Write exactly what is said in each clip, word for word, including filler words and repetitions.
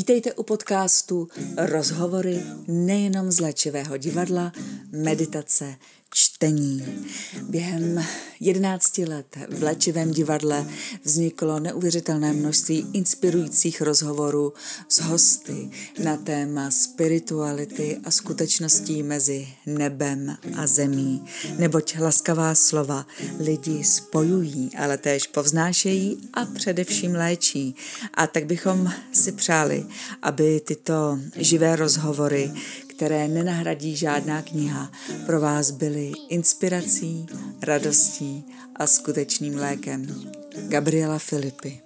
Vítejte u podcastu Rozhovory nejenom z léčivého divadla, meditace, čtení. Během jedenácti let v léčivém divadle vzniklo neuvěřitelné množství inspirujících rozhovorů s hosty na téma spirituality a skutečností mezi nebem a zemí. Neboť laskavá slova lidi spojují, ale též povznášejí a především léčí. A tak bychom si přáli, aby tyto živé rozhovory, které nenahradí žádná kniha, pro vás byly inspirací, radostí a skutečným lékem. Gabriela Filipy.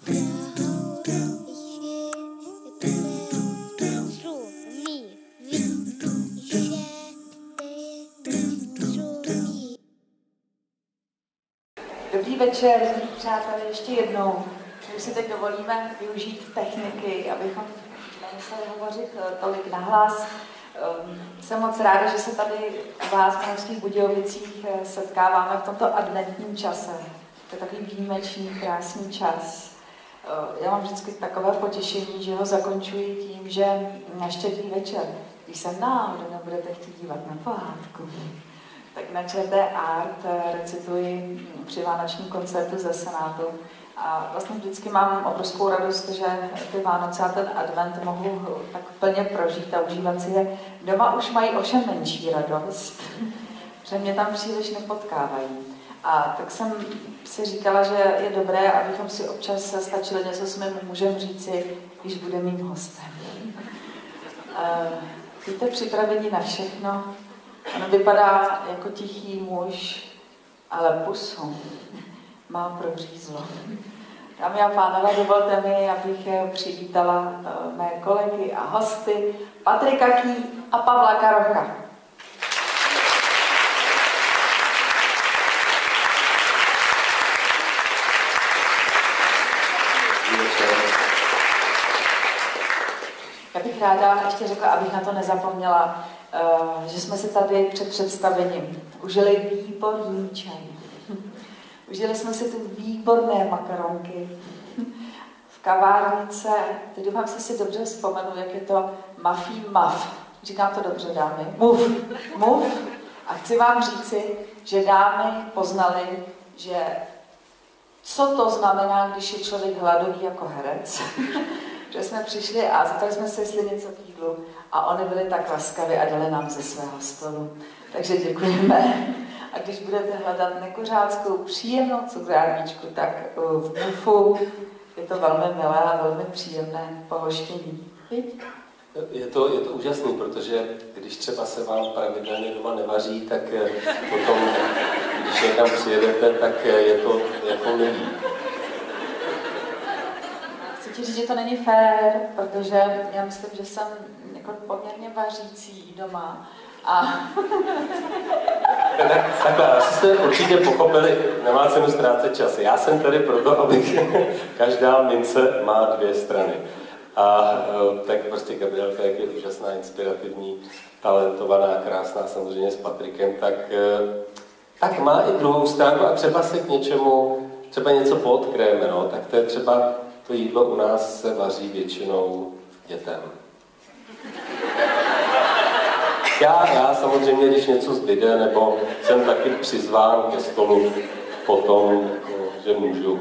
Dobrý večer, přátelé, ještě jednou. My si teď dovolíme využít techniky, abychom nemuseli hovořit tolik nahlas. Jsem moc ráda, že se tady vás v Moravských Budějovicích setkáváme v tomto adventním čase. To je takový výjimečný, krásný čas. Já mám vždycky takové potěšení, že ho zakončuji tím, že na Štědrý večer, když se náhodou nebudete chtít dívat na pohádku, tak na ČT Art recituji při vánočním koncertu ze Senátu. A vlastně vždycky mám obrovskou radost, že ty Vánoce a ten advent mohu tak plně prožít a užívat si je. Doma už mají ovšem menší radost, že mě tam příliš nepotkávají. A tak jsem si říkala, že je dobré, abychom si občas stačili něco s mým mužem říci, když bude mým hostem. Jste připraveni na všechno? On vypadá jako tichý muž, ale pusu má prořízlo. Dámy a pánové, dovolte mi, abych přivítala mé kolegy a hosty Patrika Ký a Pavla Karocha. Já bych ráda ještě řekla, abych na to nezapomněla, že jsme si tady před představením užili výborný čaj. Užili jsme si tu výborné makaronky v kavárnice. Teď doufám, že si dobře vzpomenu, jak je to Muffy Muff. Říkám to dobře, dámy. Move, move. A chci vám říci, že dámy poznaly, že co to znamená, když je člověk hladový jako herec. Že jsme přišli a zeptali jsme se, jestli něco k jídlu. A oni byli tak laskaví a dali nám ze svého stolu. Takže děkujeme. A když budete hledat nekuřáckou příjemnou cukrárničku, tak v Mufu je to velmi milé a velmi příjemné pohoštění. Je to, je to úžasný, protože když třeba se vám pravidelně doma nevaří, tak potom, když někam přijedete, tak je to jako milý. Chci ti říct, že to není fér, protože já myslím, že jsem jako poměrně vařící doma. A... tak, takhle, asi jste určitě pochopili, nemá cenu ztrácet čas. Já jsem tady proto, abych každá mince má dvě strany. A tak prostě Gabrielka, jak je úžasná, inspirativní, talentovaná, krásná samozřejmě s Patrikem, tak, tak má i druhou stránku a třeba se k něčemu, třeba něco poodkryjeme, no, tak to je třeba, to jídlo u nás se vaří většinou dětem. Já, já samozřejmě, když něco zbyde, nebo jsem taky přizván ke stolu potom, že můžu.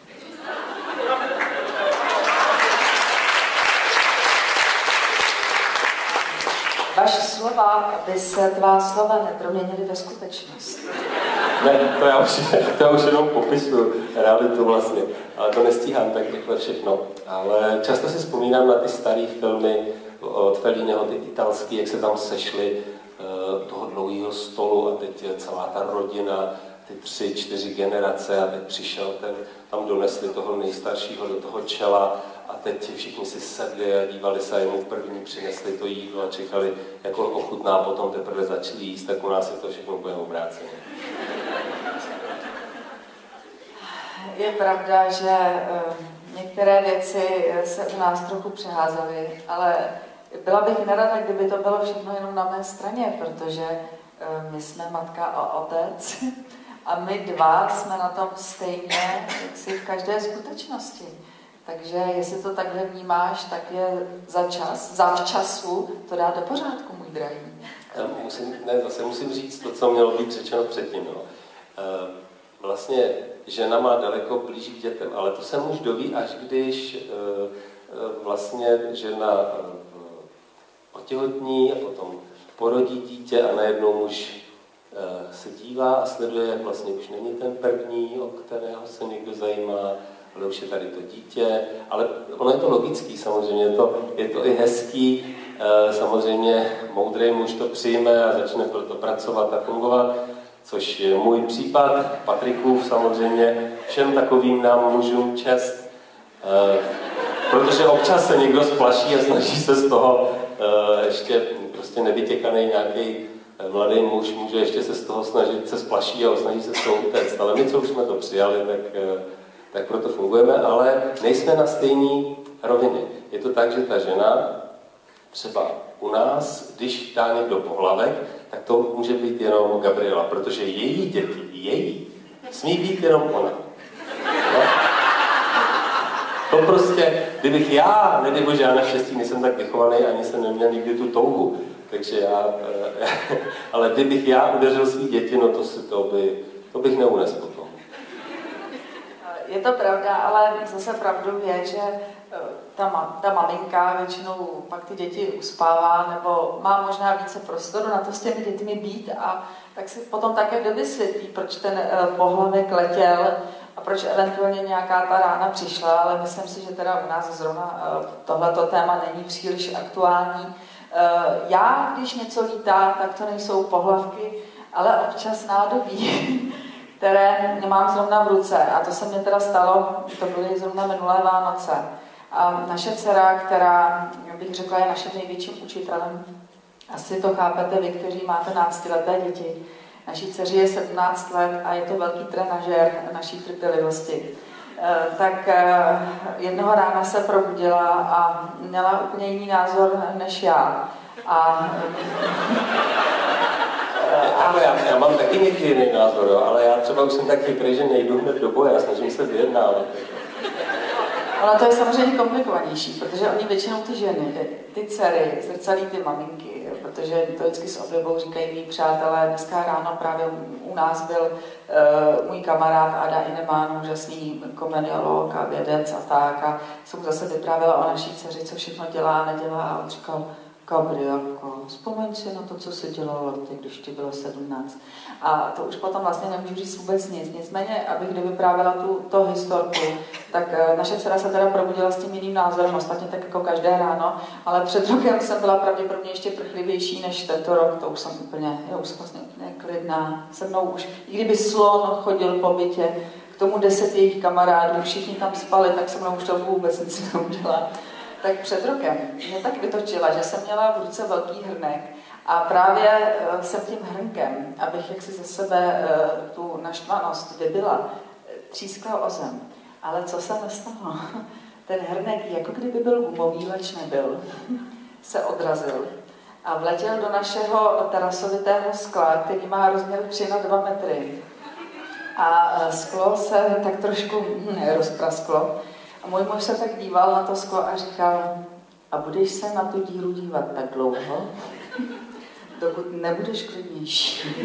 Vaše slova, aby se tvá slova neproměnily ve skutečnost. Ne, to já už, to já už jenom popisuju realitu vlastně, ale to nestíhám tak rychle všechno. Ale často si vzpomínám na ty staré filmy od Felliniho, ty italský, jak se tam sešli toho dlouhého stolu a teď je celá ta rodina, ty tři, čtyři generace a teď přišel ten, tam donesli toho nejstaršího do toho čela a teď všichni si sedli a dívali se a jemu první přinesli to jídlo a čekali, jak on ochutná, potom teprve začali jíst, tak u nás je to všechno úplně obráceně. Je pravda, že některé věci se u nás trochu přeházely, ale byla bych nerada, kdyby to bylo všechno jenom na mé straně, protože my jsme matka a otec a my dva jsme na tom stejně, jak si v každé skutečnosti. Takže jestli to takhle vnímáš, tak je za čas, za včasu to dá do pořádku, můj drahý. Já musím, ne, zase musím říct to, co mělo být řečeno předtím. No. Vlastně žena má daleko blíž k dětem, ale to se muž doví, až když vlastně žena otěhotní a potom porodí dítě a najednou muž se dívá a sleduje, jak vlastně už není ten první, o kterého se někdo zajímá, ale už je tady to dítě. Ale ono je to logický samozřejmě, je to, je to i hezký. Samozřejmě moudrý muž to přijme a začne pro to pracovat a fungovat, což je můj případ, Patrikův samozřejmě, všem takovým nám mužům čest, protože občas se někdo splaší a snaží se z toho ještě prostě nevytěkaný nějaký mladý muž, může ještě se z toho snažit, se splaší a snaží se z toho utéct, ale my, co už jsme to přijali, tak, tak proto fungujeme, ale nejsme na stejné rovině. Je to tak, že ta žena třeba u nás, když dá někdo pohlavek, tak to může být jenom Gabriela, protože její děti, její, smí být jenom ona. No? To prostě, kdybych já, nedej bože, já naštěstí nejsem tak vychovaný, ani jsem neměl nikdy tu touhu, takže já, ale kdybych já udeřil svý děti, no to, si, to, by, to bych neunesl potom. Je to pravda, ale zase pravdu je, že ta, ta maminka většinou pak ty děti uspává nebo má možná více prostoru na to s těmi dětmi být a tak si potom také dovysvětlí, proč ten pohlavek letěl a proč eventuálně nějaká ta rána přišla, ale myslím si, že teda u nás zrovna tohleto téma není příliš aktuální. Já, když něco lítá, tak to nejsou pohlavky, ale občas nádobí, které mám zrovna v ruce. A to se mně teda stalo, to byly zrovna minulé Vánoce. A naše dcera, která, bych řekla, je naším největším učitelem, asi to chápete vy, kteří máte náctileté děti. Naší dceři je sedmnáct let a je to velký trenažér naší trpělivosti. Tak jednoho rána se probudila a měla úplně jiný názor než já. A Ano, já, já mám taky někdy jiný názor, jo, ale já třeba už jsem tak chytrý, že nejdu hned do boje, já snažím se vyjednávat. Ono to je samozřejmě komplikovanější, protože oni většinou ty ženy, ty dcery, zrcadlí ty maminky, protože to vždycky s oblibou říkají mý přátelé. Dneska ráno právě u nás byl uh, můj kamarád Ada Ineman, úžasný komeniolog a vědec a tak, a jsem zase vyprávěla o naší dceři, co všechno dělá a nedělá, a on říkal: Gabrielko, vzpomeň si na to, co se dělalo ty, když ti bylo sedmnáct. A to už potom vlastně nemůžu říct vůbec nic. Nicméně, abych dovyprávěla tu to historku, tak naše dcera se teda probudila s tím jiným názorem, ostatně tak jako každé ráno, ale před rokem jsem byla pravděpodobně ještě prchlivější než tento rok, to už jsem úplně, já už jsem vlastně úplně klidná. Se mnou už, i kdyby slon chodil po bytě, k tomu deset jejich kamarádů, všichni tam spali, tak se mnou už to vůbec nic neudělá. Tak před rokem mě tak vytočila, že jsem měla v ruce velký hrnek a právě jsem tím hrnkem, abych jaksi ze sebe tu naštvanost vybila, třískla o zem. Ale co se nestalo? Ten hrnek, jako kdyby byl gumový, leč nebyl, se odrazil a vletěl do našeho terasovitého skla, který má rozměr tři na dva metry. A sklo se tak trošku hm, rozprasklo. A můj muž se tak díval na to sklo a říkal: a budeš se na tu díru dívat tak dlouho, dokud nebudeš klidnější.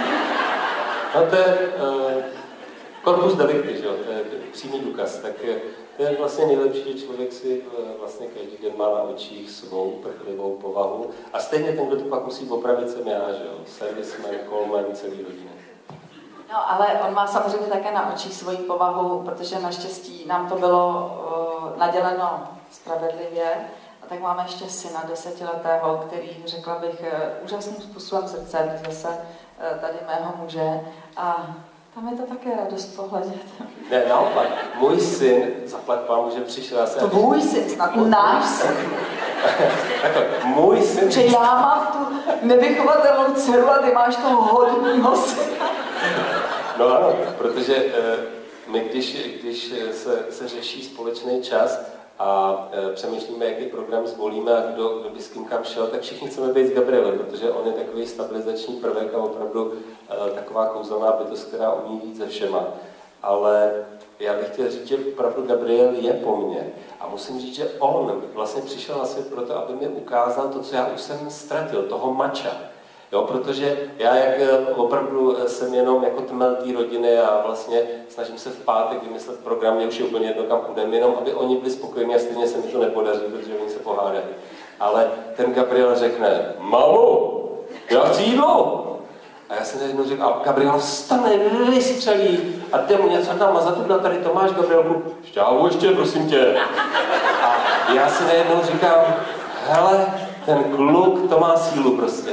No to je uh, corpus delicti, že jo, to je přímý důkaz, tak to je vlastně nejlepší, že člověk si uh, vlastně každý den má na očích svou prchlivou povahu a stejně ten, kdo to pak musí opravit, jsem já, že jo, serviceman, callman, celý rodiny. No, ale on má samozřejmě také na očích svoji povahu, protože naštěstí nám to bylo uh, naděleno spravedlivě. A tak máme ještě syna desetiletého, který, řekla bych, uh, úžasným způsobem zrcadlí zase uh, tady mého muže. A tam je to také radost pohledět. Ne, naopak, můj syn, zaplať pámu, že přišel se... Tvůj syn, snad náš syn. Takhle, můj syn... Že já mám tu nevychovatelnou dceru a ty máš toho hodnýho syna. No ano, protože e, my, když, když se, se řeší společný čas a e, přemýšlíme, jaký program zvolíme a kdo, kdo by s kým kam šel, tak všichni chceme být s Gabrielem, protože on je takový stabilizační prvek a opravdu e, taková kouzelná bytost, která umí víc ze všema. ale já bych chtěl říct, že opravdu Gabriel je po mně. A musím říct, že on vlastně přišel na svět proto, aby mi ukázal to, co já už jsem ztratil, toho mača. Jo, protože já jak opravdu jsem jenom jako tmel té rodiny a vlastně snažím se v pátek vymyslet program, mě už je úplně jedno, kam půjdeme, jenom aby oni byli spokojení a stejně se mi to nepodaří, protože oni se pohádají. Ale ten Gabriel řekne, mamo, já chci jídlo. A já jsem jednou řekl, a Gabriel vstane, vystřelí a jde mu něco namazat, tuhle tady to máš, Gabrielku, šťávu ještě, prosím tě. A já si najednou říkám, hele, ten kluk, to má sílu prostě.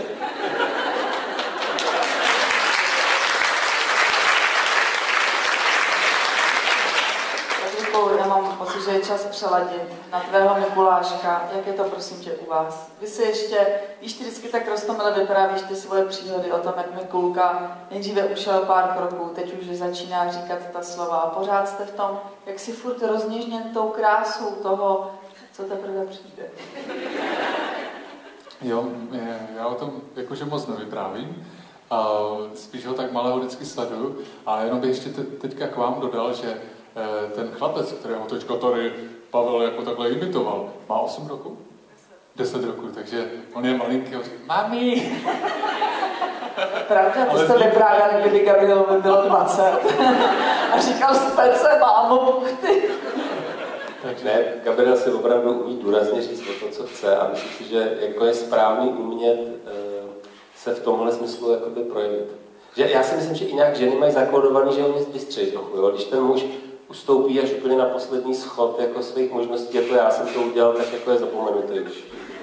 Já mám pocit, že je čas přeladit na tvého Mikuláška. Jak je to, prosím tě, u vás? Vy si ještě, víš, ty vždycky tak roztomile vyprávíš ty svoje příhody o tom, jak Mikulka nejdříve ušel pár kroků, teď už začíná říkat ta slova a pořád jste v tom, jak si furt rozněžněn tou krásou toho, co teprve přijde. Jo, já o tom jakože moc nevyprávím. A spíš ho tak malého vždycky sleduju. A jenom bych ještě te, teďka k vám dodal, že ten chlapec, kterého teďka tady Pavel jako takhle imitoval, má osm roků? deset roků, takže on je malinký a říká, mami! Pravda, to jste vyprávěli, kdy Gabrielovi bylo dvacet. A říkal Spece, mámo, buchty. Takže ne, Gabriel si opravdu umí důrazně říct o to, co chce a myslím si, že jako je správný umět e, se v tomhle smyslu jakoby projevit. Že já si myslím, že i nějak ženy mají zakódovaný, že umí vystřelit trochu, jo? Když ten muž ustoupí až úplně na poslední schod jako svých možností, jako já jsem to udělal, tak jako je zapomenutý už.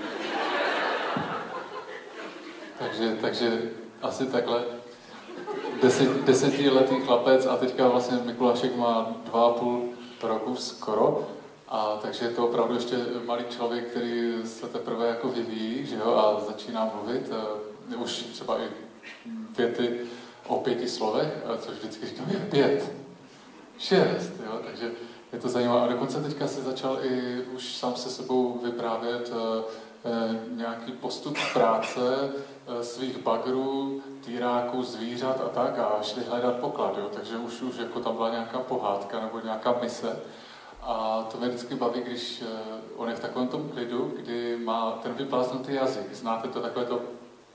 Takže, takže asi takhle deset, desetiletý chlapec a teďka vlastně Mikulášek má dva a půl roku skoro. A takže je to opravdu ještě malý člověk, který se teprve jako vyvíjí, že jo, a začíná mluvit. Už třeba i věty o pěti slovech, což vždycky říkám, je pět, šest, jo, takže je to zajímavé. A dokonce teďka se začal i už sám se sebou vyprávět e, nějaký postup práce e, svých bagrů, týráků, zvířat a tak a šli hledat poklad, jo, takže už, už jako tam byla nějaká pohádka nebo nějaká mise. A to mě vždycky baví, když uh, on je v takovém tom klidu, kdy má ten vypláznutý jazyk. Znáte to, takové to...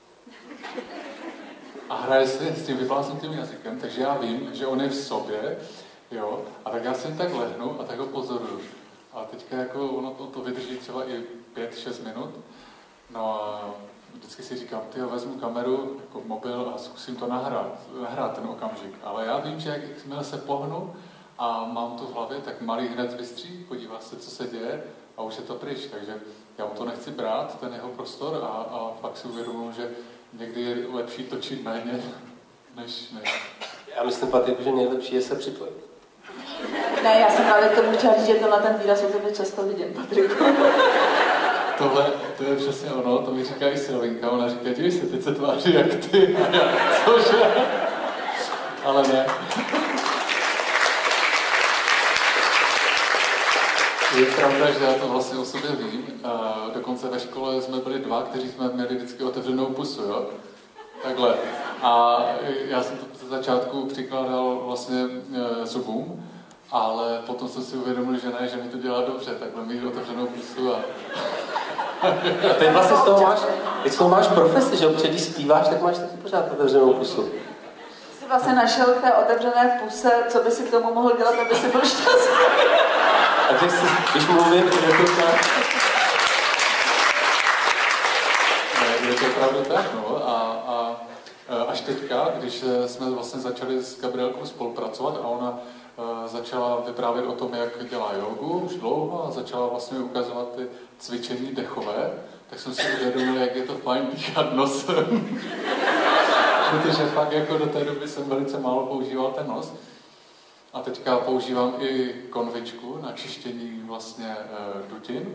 A hraje si s tím vypláznutým jazykem, takže já vím, že on je v sobě, jo, a tak já si tak lehnu a tak ho pozoruju. A teďka jako ono to, to vydrží třeba i pět šest minut. No a vždycky si říkám, tyjo, vezmu kameru, jako mobil a zkusím to nahrát, nahrát ten okamžik. Ale já vím, že jakmile se pohnu, a mám to v hlavě, tak malý hned vystří, podívá se, co se děje a už je to pryč. Takže já mu to nechci brát, ten jeho prostor a, a fakt si uvědomuji, že někdy je lepší točit méně, než ne. Já myslím, Patrik, že nejlepší je se připojit. Ne, já jsem právě k tomu chtěla říct, že to na ten výraz u tebe často vidím, Patriku. Tohle, to je přesně ono, to mi říká i Silvinka, ona říká, dívej se, teď se tváří jak ty, a já, cože? Ale ne. Je pravda, že já to vlastně o sobě vím. A dokonce ve škole jsme byli dva, kteří jsme měli vždycky otevřenou pusu, jo? Takhle. A já jsem to ze začátku přikládal vlastně e, zubům, ale potom jsem si uvědomil, že ne, že mi to dělá dobře, takhle mít otevřenou pusu a... a teď vlastně z toho máš, teď z toho máš profesi, že občas, když zpíváš, tak máš taky pořád otevřenou pusu. Jsi vlastně našel v té otevřené puse, co by si k tomu mohl dělat, aby si byl šťastný. A když, si, když mluvím, je to tak... Ne, je to opravdu tak, no. A, a až teďka, když jsme vlastně začali s Gabrielkou spolupracovat a ona uh, začala vyprávět o tom, jak dělá jogu už dlouho a začala vlastně ukazovat ty cvičení dechové, tak jsem si uvědomil, jak je to fajn dýchat nosem. Protože fakt jako do té doby jsem velice málo používal ten nos. A teďka používám i konvičku na čištění vlastně e, dutin.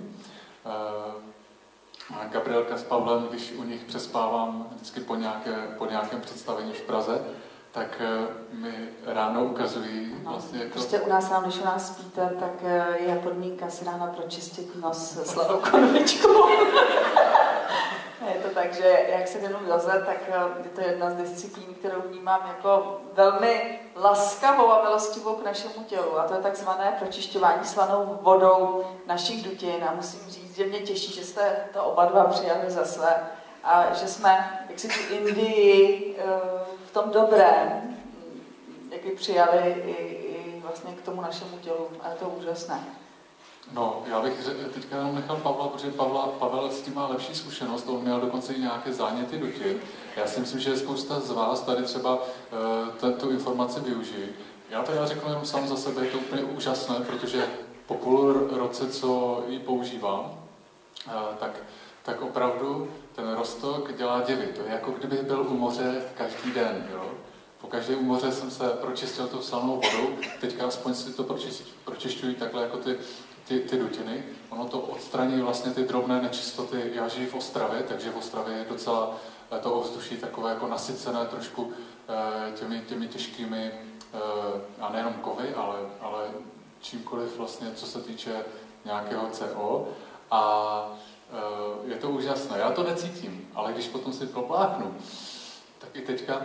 E, Gabrielka s Pavlem, když u nich přespávám vždycky po, nějaké, po nějakém představení v Praze, tak e, mi ráno ukazují vlastně jako... Prostě u nás, když u nás spíte, tak je podmínka si ráno pročistit nos s sladou konvičkou. Je to tak, že jak se věnuju joze, tak je to jedna z disciplín, kterou vnímám jako velmi laskavou a milostivou k našemu tělu. A to je takzvané pročišťování slanou vodou našich dutin. A musím říct, že mě těší, že jste to oba dva přijali za své. A že jsme, jak si tu Indii v tom dobrém, jak ji přijali i, i vlastně k tomu našemu tělu. A je to úžasné. No, já bych teďka jenom nechal Pavla, protože Pavla, Pavel s tím má lepší zkušenost, on měl dokonce i nějaké záněty dutin. Já si myslím, že spousta z vás tady třeba uh, tu informaci využijí. Já to já řeknu jenom sám za sebe, je to úplně úžasné, protože po půl roce, co ji používám, uh, tak, tak opravdu ten roztok dělá divy. To je jako kdyby byl u moře každý den, jo? Po každé u moře jsem se pročistil tou slanou vodou, teďka aspoň si to pročišťují takhle jako ty Ty, ty dutiny. Ono to odstraní vlastně ty drobné nečistoty. Já žiju v Ostravě, takže v Ostravě je docela to ovzduší takové jako nasycené trošku těmi, těmi těžkými, a nejenom kovy, ale, ale čímkoliv vlastně, co se týče nějakého C O. A je to úžasné. Já to necítím, ale když potom si propláchnu, tak i teďka...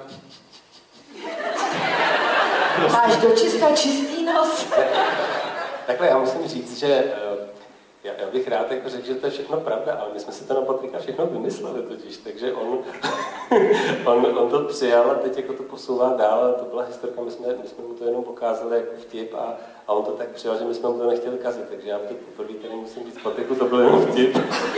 Máš dočista čistý nos. Takhle já musím říct, že já, já bych rád jako řekl, že to je všechno pravda, ale my jsme si to na Patrika všechno vymysleli totiž, takže on, on, on to přijal a teď jako to posouvá dál, a to byla historka, my jsme, my jsme mu to jenom pokázali jako vtip a, a on to tak přijal, že my jsme mu to nechtěli kazit, takže já teď poprvé tady musím říct, Patriku, to byl jenom vtip.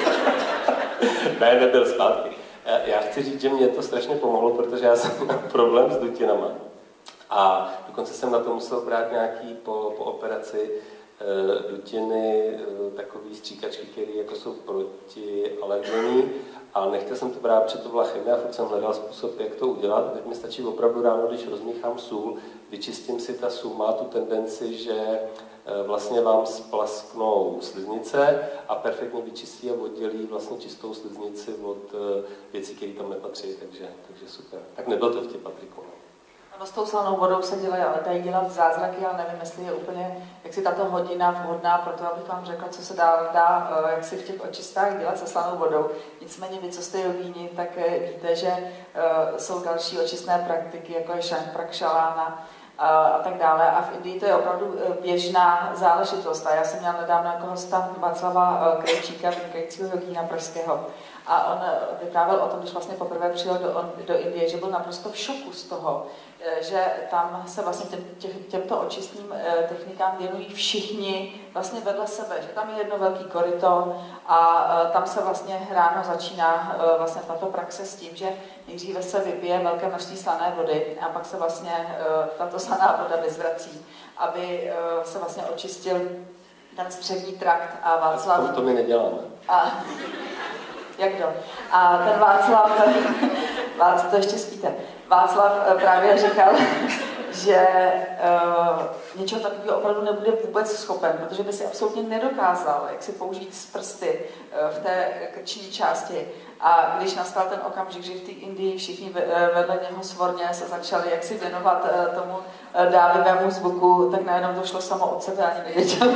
Ne, nebyl zpátky. Já chci říct, že mě to strašně pomohlo, protože já jsem měl problém s dutinama. A dokonce jsem na to musel brát nějaký po, po operaci e, dutiny, e, takový stříkačky, které jako jsou protialergenní, ale nechtěl jsem to brát, protože to byla chemie a furt jsem hledal způsob, jak to udělat. A teď mi stačí opravdu ráno, když rozmíchám sůl, vyčistím si, ta sůl má tu tendenci, že e, vlastně vám splasknou sliznice a perfektně vyčistí a oddělí vlastně čistou sliznici od e, věcí, které tam nepatří, takže, takže super. Tak nebyl to vtip, Patriku. No, s tou slanou vodou se dělají, ale dají dělat zázraky, ale nevím, jestli je úplně, jak si tato hodina vhodná pro to, abych vám řekla, co se dá, dá jak si v těch očistách dělat se slanou vodou. Nicméně vy, co jste jogíni, tak víte, že uh, jsou další očistné praktiky, jako je Shank Prakshalana uh, a tak dále. A v Indii to je opravdu běžná záležitost. A já jsem měla nedávno jako hosta Václava uh, Krejčíka, vynikajícího jogína pražského. A on vyprávěl o tom, když vlastně poprvé přijel do, do Indie, že byl naprosto v šoku z toho, že tam se vlastně těm, tě, těmto očistným technikám věnují všichni vlastně vedle sebe, že tam je jedno velký koryto a tam se vlastně ráno začíná vlastně tato praxe s tím, že nejdříve se vypije velké množství slané vody a pak se vlastně tato slaná voda vyzvrací, aby se vlastně očistil ten střední trakt a Václav... To, to my neděláme. A, jak kdo? A ten Václav, Václav, to ještě spíte, Václav právě říkal, že uh, něčeho takového opravdu nebude vůbec schopen, protože by si absolutně nedokázal, jak si použít z prsty uh, v té krční části. A když nastal ten okamžik, že v té Indii všichni vedle něho svorně se začali jaksi věnovat uh, tomu uh, dálivému zvuku, tak najednou to šlo samo od sebe, ani nevěděl.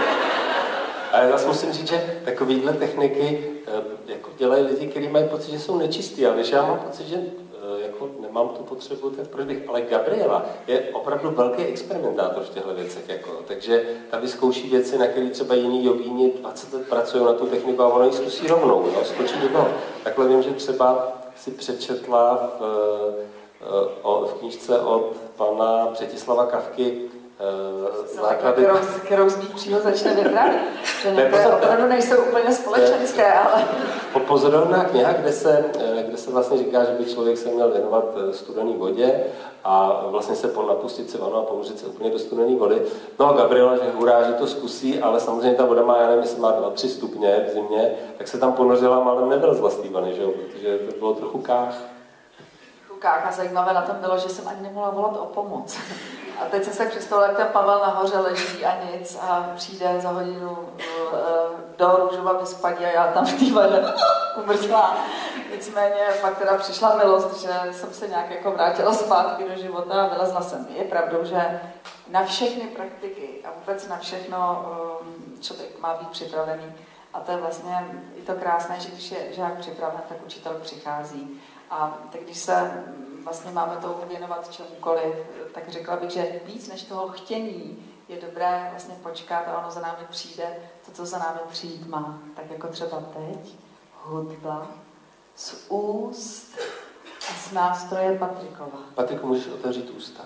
Ale já musím říct, že takovýhle techniky jako dělají lidi, kteří mají pocit, že jsou nečistí. A když já mám pocit, že jako nemám tu potřebu, tak proč bych. Ale Gabriela je opravdu velký experimentátor v těchto věcech. Jako. Takže ta vyzkouší věci, na které třeba jiní jogíni dvacet let pracují na tu techniku a ono ji zkusí rovnou, jo, skočí do toho. Takhle vím, že třeba si přečetla v, v knížce od pana Přetislava Kafky základy... Kterou, kterou z mých přího začne vyprávět. Že některé opravdu nejsou úplně společenské, ale... Pozorovná kniha, kde se, kde se vlastně říká, že by člověk se měl věnovat studené vodě a vlastně se napustit si vanu a ponořit se úplně do studené vody. No a Gabriela, že hurá, že to zkusí, ale samozřejmě ta voda má, já nevím, jestli má dva tři stupně v zimě, tak se tam ponořila, ale nebyl z vlastní vany, že jo, protože to bylo trochu kách. A zajímavé na tom bylo, že jsem ani nemohla volat o pomoc. A teď jsem se představila, jak ten Pavel nahoře leží a nic a přijde za hodinu do Růžova Vyspadí a já tam v té vodě umrzlá. Nicméně pak teda přišla milost, že jsem se nějak jako vrátila zpátky do života a vylezla jsem. Je pravdou, že na všechny praktiky a vůbec na všechno člověk má být připravený A to je vlastně i to krásné, že když je žák připraven, tak učitel přichází. A tak když se vlastně máme toho věnovat čemukoliv, tak řekla bych, že víc než toho chtění je dobré vlastně počkat a ono za námi přijde to, co za námi přijít má. Tak jako třeba teď, hudba z úst a z nástroje Patrikova. Patriku, můžeš otevřít ústa.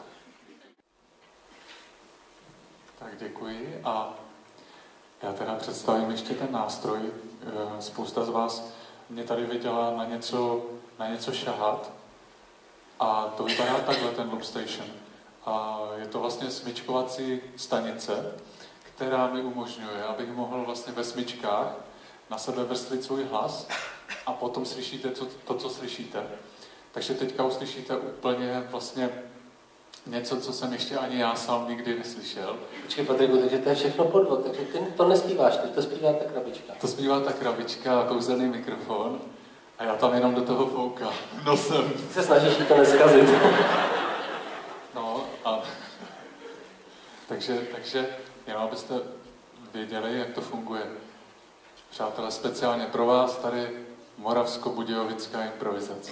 Tak děkuji a já teda představím ještě ten nástroj. Spousta z vás mě tady viděla na něco, na něco šahat a to vypadá takhle, ten Loop Station. A je to vlastně smyčkovací stanice, která mi umožňuje, abych mohl vlastně ve smyčkách na sebe vrstvit svůj hlas a potom slyšíte to, to, co slyšíte. Takže teďka uslyšíte úplně vlastně něco, co jsem ještě ani já sám nikdy neslyšel. Počkej, Patriku, takže to je všechno podvod, takže ty to nespíváš, teď to zpívá ta krabička. To zpívá ta krabička a kouzelný mikrofon a já tam jenom do toho foukám nosem. Ty se snažíš jí to neskazit. No a takže, takže jenom abyste věděli, jak to funguje. Přátelé, speciálně pro vás tady moravsko-budějovická improvizace.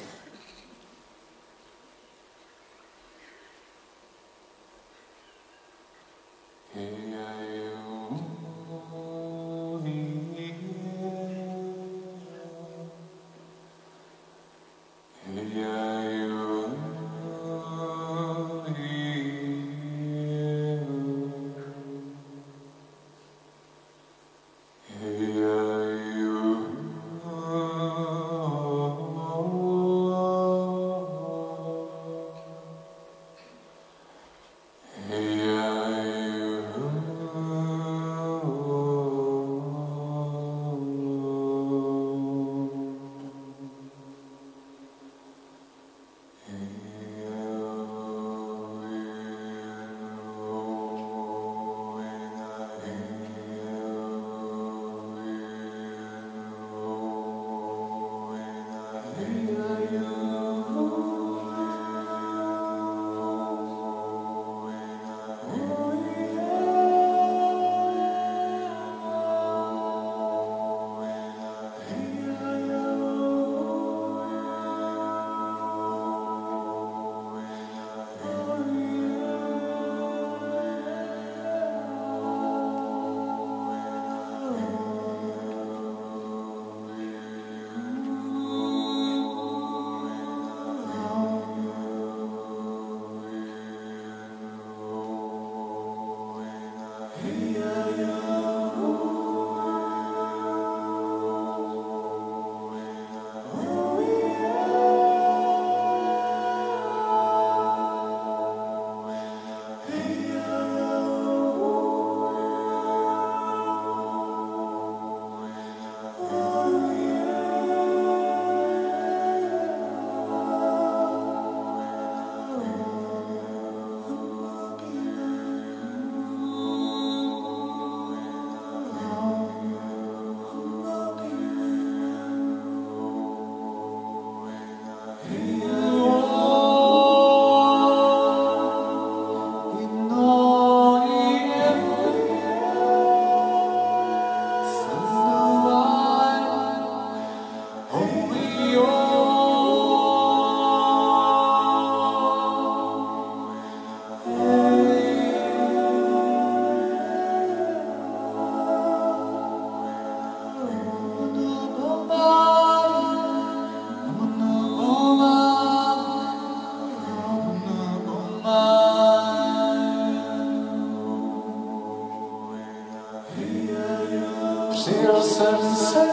Přijel jsem se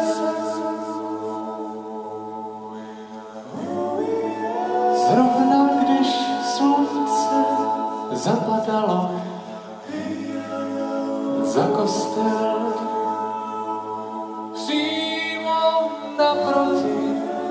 zrovna, když slunce zapadalo za kostel přímo naproti.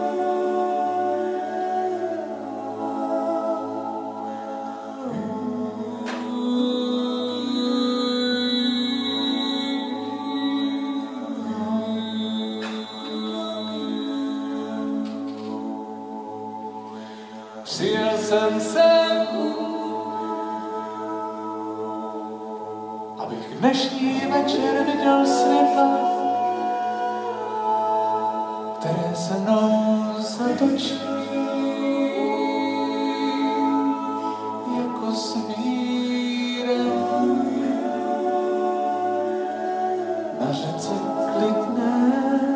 Přijel jsem sem, abych dnešní večer viděl světla které se mnou zatočí jako svírem na řece klidné,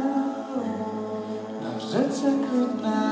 na řece klidné.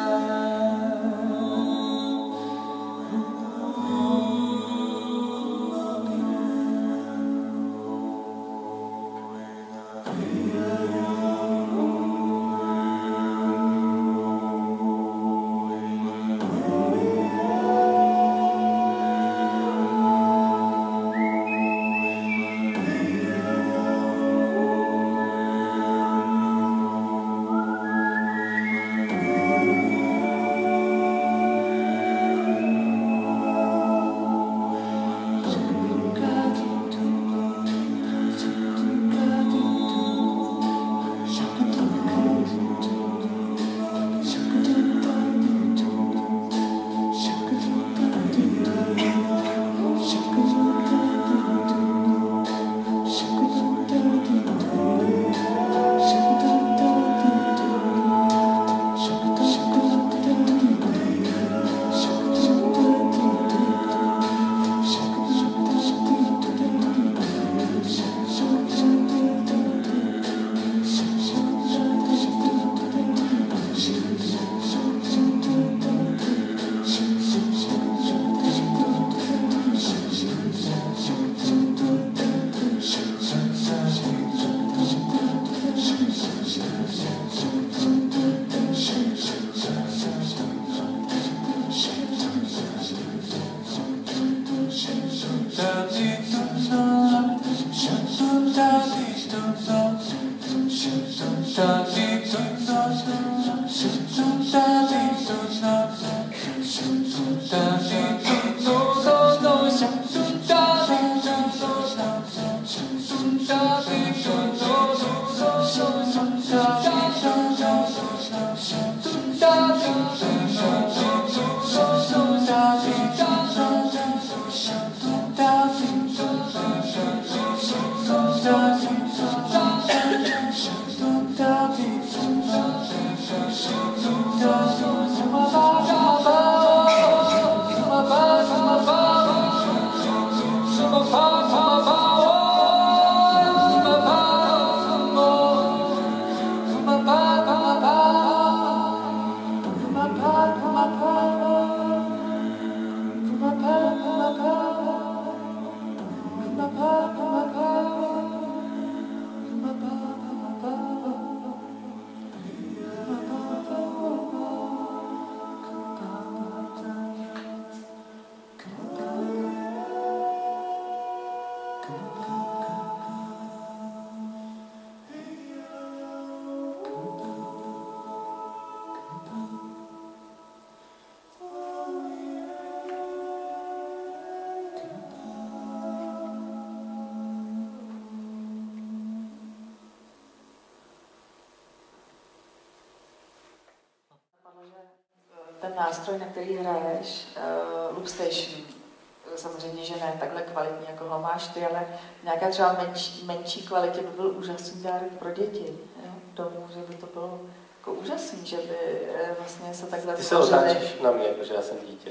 Ten nástroj, na který hraješ, uh, Loop Station, samozřejmě, že ne takhle kvalitní, jako ho máš ty, ale nějaká třeba menší, menší kvalitě by byl úžasný dárek pro děti. Jo? Domů, že by to bylo jako úžasný, že by vlastně se takhle Ty se otáčíš na mě, protože já jsem dítě.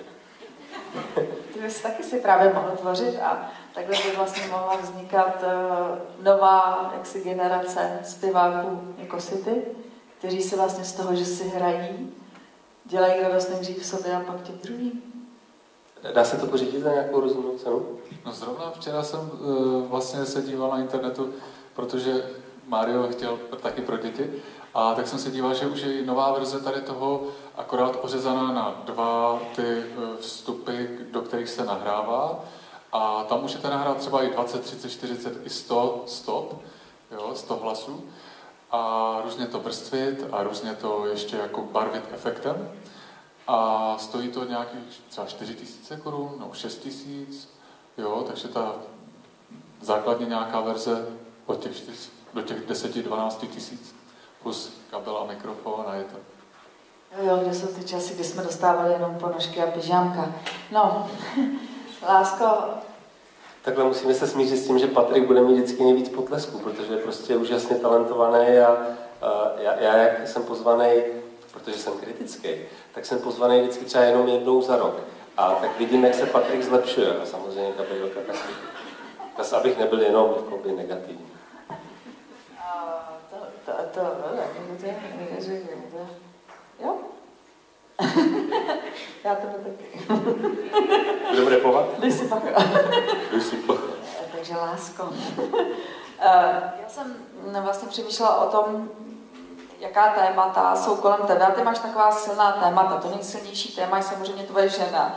Ty bys taky si právě mohl tvořit a takhle by vlastně mohla vznikat uh, nová jaksi, generace zpěváků jako si ty, kteří si vlastně z toho, že si hrají, dělají radost nejdřív v sobě a pak těm druhým. Dá se to pořídit za nějakou rozumnou cenu? No zrovna včera jsem uh, vlastně se díval na internetu, protože Mario chtěl taky pro děti, a tak jsem se díval, že už je nová verze tady toho, akorát ořezaná na dva ty vstupy, do kterých se nahrává, a tam můžete nahrát třeba i dvacet, třicet, čtyřicet i sto stop, jo, sto hlasů, a různě to vrstvit a různě to ještě jako barvit efektem. A stojí to nějakých třeba čtyři tisíce korun, no šest tisíc, jo, takže ta základní nějaká verze od těch čtyř, do těch deset dvanáct tisíc, plus kabel a mikrofon a je to. Jo, jo, kde jsou ty časy, kdy jsme dostávali jenom ponožky a pyžámka. No, lásko. Takhle musíme se smířit s tím, že Patrik bude mít vždycky nejvíc potlesků, protože je prostě úžasně talentovaný a já, já jak jsem pozvaný, protože jsem kritický, tak jsem pozvaný vždycky třeba jenom jednou za rok. A tak vidím, jak se Patrik zlepšuje. A samozřejmě Gabrielka taky. Zase, abych nebyl jenom jakoby, negativní. A to, to, to, to, to, jo? Já to taky. Budeme repovat? Dej si pak. Dej si pak. Takže lásko. Já jsem vlastně přemýšlela o tom, jaká témata jsou kolem tebe. A ty máš taková silná témata. To nejsilnější téma je samozřejmě tvoje žena.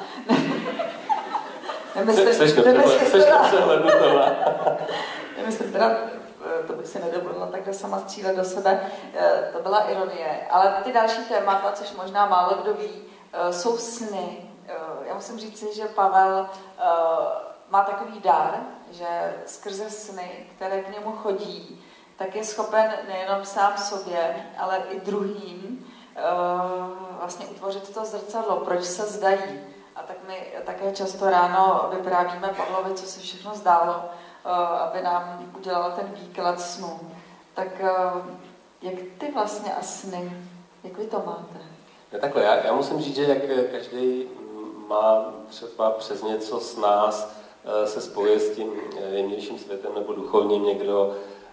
Seš nepřehlednutelná. Nemyslím teda, to bych si nedovolila takhle sama střílet do sebe, to byla ironie. Ale ty další témata, což možná málo kdo ví, jsou sny. Já musím říct, že Pavel má takový dar, že skrze sny, které k němu chodí, tak je schopen nejenom sám sobě, ale i druhým vlastně utvořit to zrcadlo, proč se zdají. A tak my také často ráno vyprávíme Pavlovi, co se všechno zdálo, aby nám udělal ten výklad snů. Tak jak ty vlastně a sny, jak vy to máte? No takhle, já, já musím říct, že jak každý má třeba přes něco s nás, se spojuje s tím jemnějším světem nebo duchovním, někdo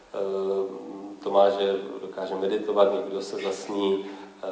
to má, že dokáže meditovat, někdo se zasní,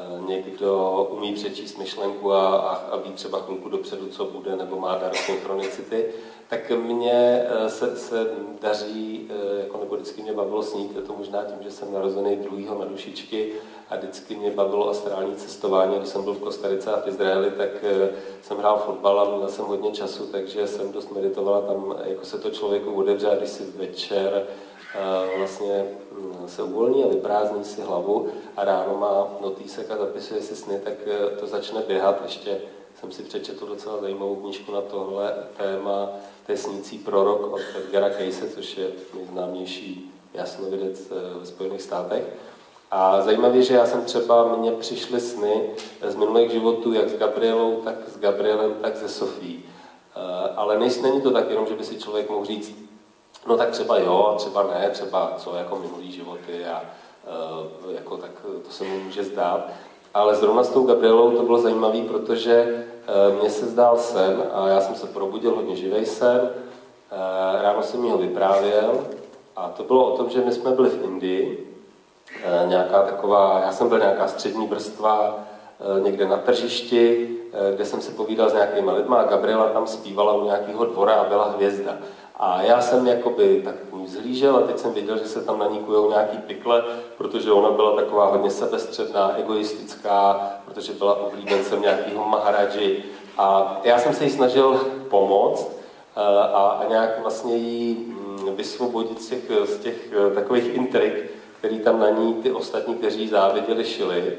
někdo umí přečíst myšlenku a, a, a ví třeba chvilku dopředu, co bude, nebo má dar synchronicity, tak mně se, se daří, jako nebo vždycky mě bavilo snít, je to možná tím, že jsem narozený druhýho na dušičky a vždycky mě bavilo astrální cestování. Když jsem byl v Kostarice a v Izraeli, tak jsem hrál fotbal a měl jsem hodně času, takže jsem dost meditoval tam, jako se to člověku otevře, když si večer vlastně se uvolní a vyprázdní si hlavu a ráno má notýsek a zapisuje si sny, tak to začne běhat. Ještě jsem si přečetl docela zajímavou knížku na tohle téma, to je Snící prorok od Edgara Cayse, což je nejznámější jasnovidec ve Spojených státech. A zajímavé, že já jsem třeba, mně přišly sny z minulých životů, jak s Gabrielou, tak s Gabrielem, tak se Sofií. Ale není to tak jenom, že by si člověk mohl říct, no tak třeba jo, třeba ne, třeba co jako minulý životy a uh, jako tak to se mu může zdát. Ale zrovna s tou Gabrielou to bylo zajímavé, protože uh, mně se zdál sen a já jsem se probudil, hodně živej sen, uh, ráno jsem mi ho vyprávěl a to bylo o tom, že my jsme byli v Indii, uh, nějaká taková, já jsem byl nějaká střední vrstva, uh, někde na tržišti, uh, kde jsem se povídal s nějakýma lidma a Gabriela tam zpívala u nějakého dvora a byla hvězda. A já jsem jakoby tak vzhlížel a teď jsem viděl, že se tam na ní kujou nějaký pikle, protože ona byla taková hodně sebestředná, egoistická, protože byla oblíbencem nějakého maharadži. A já jsem se jí snažil pomoct a, a nějak vlastně jí vysvobodit z těch, z těch takových intrik, který tam na ní ty ostatní, kteří záviděli, šili.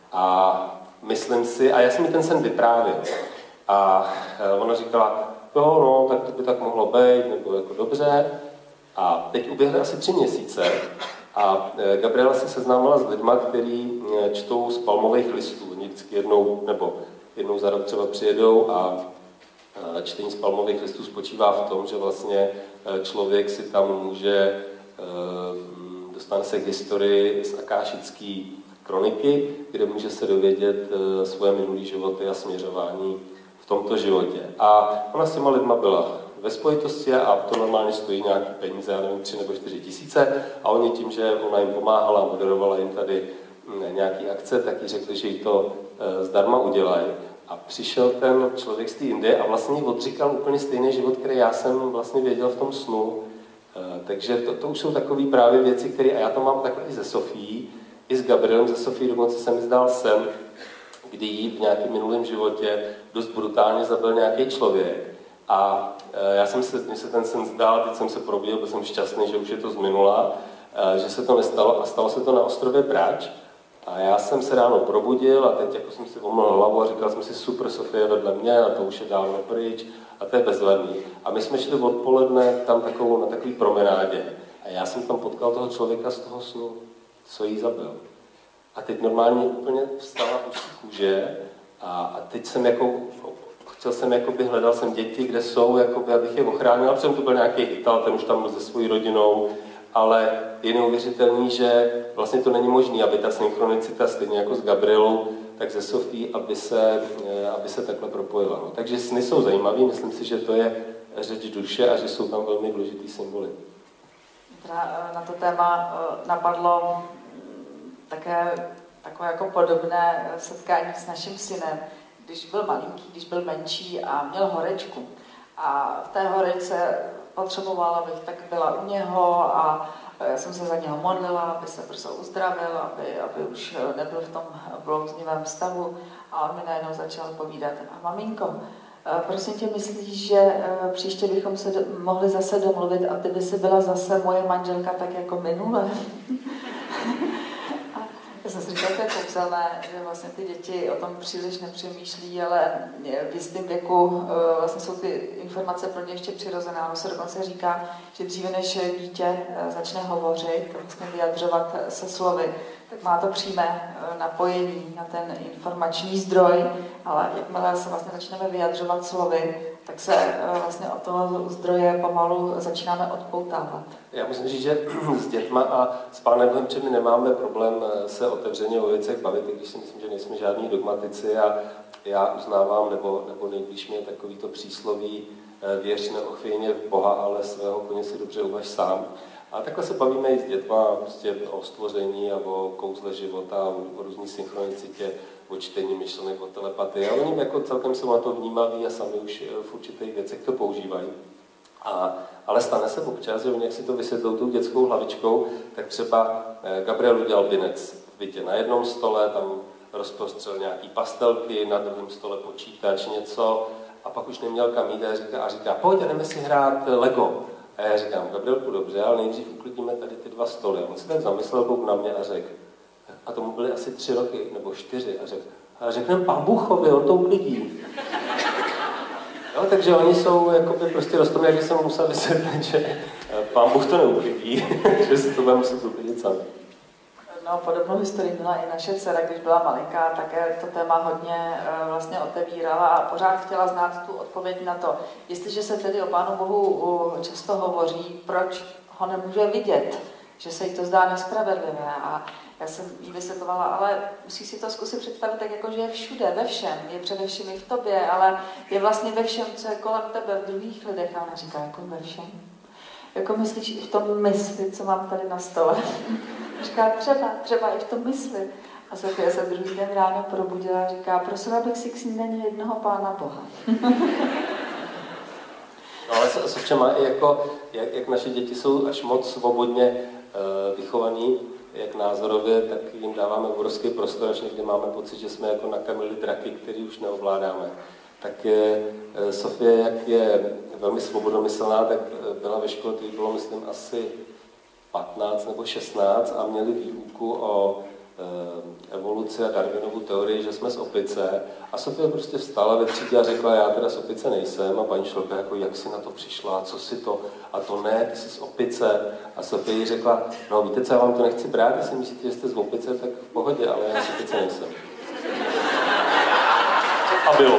A myslím si, a já jsem mi ten sen vyprávěl. A ona říkala, jo, no, tak to by tak mohlo být, nebo jako dobře. A teď uběhly asi tři měsíce a Gabriela se seznámila s lidma, kteří čtou z palmových listů. Oni vždycky jednou, nebo jednou za rok třeba přijedou a čtení z palmových listů spočívá v tom, že vlastně člověk si tam může, dostane se k historii z akášické kroniky, kde může se dovědět svoje minulý životy a směřování v tomto životě. A ona s těma lidma byla ve spojitosti a to normálně stojí nějaký peníze, já nevím, tři nebo čtyři tisíce a oni tím, že ona jim pomáhala, moderovala jim tady nějaký akce, tak jí řekli, že jí to zdarma udělají. A přišel ten člověk z té Indie a vlastně odříkal úplně stejný život, který já jsem vlastně věděl v tom snu. Takže to, to už jsou takové právě věci, které, a já to mám takhle i ze Sofií, i s Gabrielem ze Sofii, dokonce se mi zdál sen, kdy jí v nějakém minulém životě dost brutálně zabil nějaký člověk. A já jsem se, když se ten sen zdál, teď jsem se probudil, byl jsem šťastný, že už je to z minula, že se to nestalo a stalo se to na ostrově Brač. A já jsem se ráno probudil a teď jako jsem si omlel hlavu a říkal jsem si, super, Sofie vedle mě a to už je dávno pryč a to je bezvadný. A my jsme šli odpoledne tam takovou, na takový promenádě a já jsem tam potkal toho člověka z toho snu, co jí zabil. A teď normálně úplně vstala už kůže a, a teď jsem jako, chtěl jsem jakoby, hledal jsem děti, kde jsou, jakoby, abych je ochránil, a protože to byl nějaký Ital, ten už tam byl se svojí rodinou ale je neuvěřitelný, že vlastně to není možné, aby ta synchronicita stejně jako s Gabrielou, tak ze Sofí, aby se, aby se takhle propojila. No, takže sny jsou zajímavý, myslím si, že to je řeč duše a že jsou tam velmi důležitý symboly. Na to téma napadlo také takové jako podobné setkání s naším synem, když byl malinký, když byl menší a měl horečku. A v té horečce potřebovala, abych tak byla u něho a já jsem se za něho modlila, aby se brzo uzdravil, aby, aby už nebyl v tom blouznivém stavu. A on mi najednou začal povídat: a maminko, prosím tě, myslíš, že příště bychom se do, mohli zase domluvit a ty by si byla zase moje manželka tak jako minule? Já jsem si říkala, to je kouzelné, že vlastně ty děti o tom příliš nepřemýšlí, ale v jistém věku vlastně jsou ty informace pro ně ještě přirozené. Ono se dokonce říká, že dříve než dítě začne hovořit, vlastně vyjadřovat se slovy, tak má to přímé napojení na ten informační zdroj, ale jakmile se vlastně začneme vyjadřovat slovy, tak se vlastně od toho zdroje pomalu začínáme odpoutávat. Já musím říct, že s dětma a s Pánem Bohem před nemáme problém se otevřeně o věcech bavit, když si myslím, že nejsme žádní dogmatici a já uznávám, nebo, nebo nejblíž mě takový to přísloví: věř neochvějně v Boha, ale svého koně si dobře uvaž sám. A takhle se bavíme i s dětma prostě o stvoření a o kouzle života, o různý synchronicitě, o čtení myšlenek, o telepatii. A oni jako celkem jsou na to vnímaví a sami už v určitých věcech to používají. A, ale stane se občas, že oni, jak si to vysvětlou tou dětskou hlavičkou, tak třeba Gabriel udělal binec v bytě na jednom stole, tam rozprostřel nějaký pastelky, na druhém stole počítač, něco, a pak už neměl kam jít a říká, a říká pojď, jdeme si hrát Lego. A já říkám: Gabrielku, dobře, ale nejdřív uklidíme tady ty dva stoly. A on se tak zamyslel, kouk na mě a řekl, a tomu byly asi tři roky, nebo čtyři, a řekl, a řekneme Pán Bůhovi, on to uklidí. No, takže oni jsou jakoby prostě roztomí, jak jsem musel vysvětlit, že Pán Bůh to neuklidí, že si to bude muset uklidit sami. No, podobnou historii měla i naše dcera, když byla malinká, také to téma hodně uh, vlastně otevírala a pořád chtěla znát tu odpověď na to. Jestliže se tedy o Pánu Bohu uh, často hovoří, proč ho nemůže vidět, že se jí to zdá nespravedlivé. A já jsem jí vysvětlovala, ale musíš si to zkusit představit tak, jako že je všude, ve všem. Je především i v tobě, ale je vlastně ve všem, co je kolem tebe, v druhých lidech. A ona říká, jako ve všem. Jako myslíš i v tom mysli, co mám tady na stole. Říká, třeba, třeba i v tom mysli. A Sofie se druhý den ráno probudila a říká, prosila bych si k snídani jednoho Pána Boha. No ale Sofče má i jako, jak, jak naše děti jsou až moc svobodně uh, vychovaný, jak názorově, tak jim dáváme obrovský prostor, až někdy máme pocit, že jsme jako nakrmili draky, který už neovládáme. Tak je, Sofie, jak je velmi svobodomyslná, tak byla ve škole, to bylo, myslím, asi patnáct nebo šestnáct a měli výuku o e, evoluci a Darwinovu teorii, že jsme z opice. A Sofie prostě vstala ve třídě a řekla, já teda z opice nejsem. A paní školka jako, jak jsi na to přišla, co si to? A to ne, ty jsi z opice. A Sofie jí řekla, no víte co, já vám to nechci brát, jestli myslíte, že jste z opice, tak v pohodě, ale já z opice nejsem. A bylo.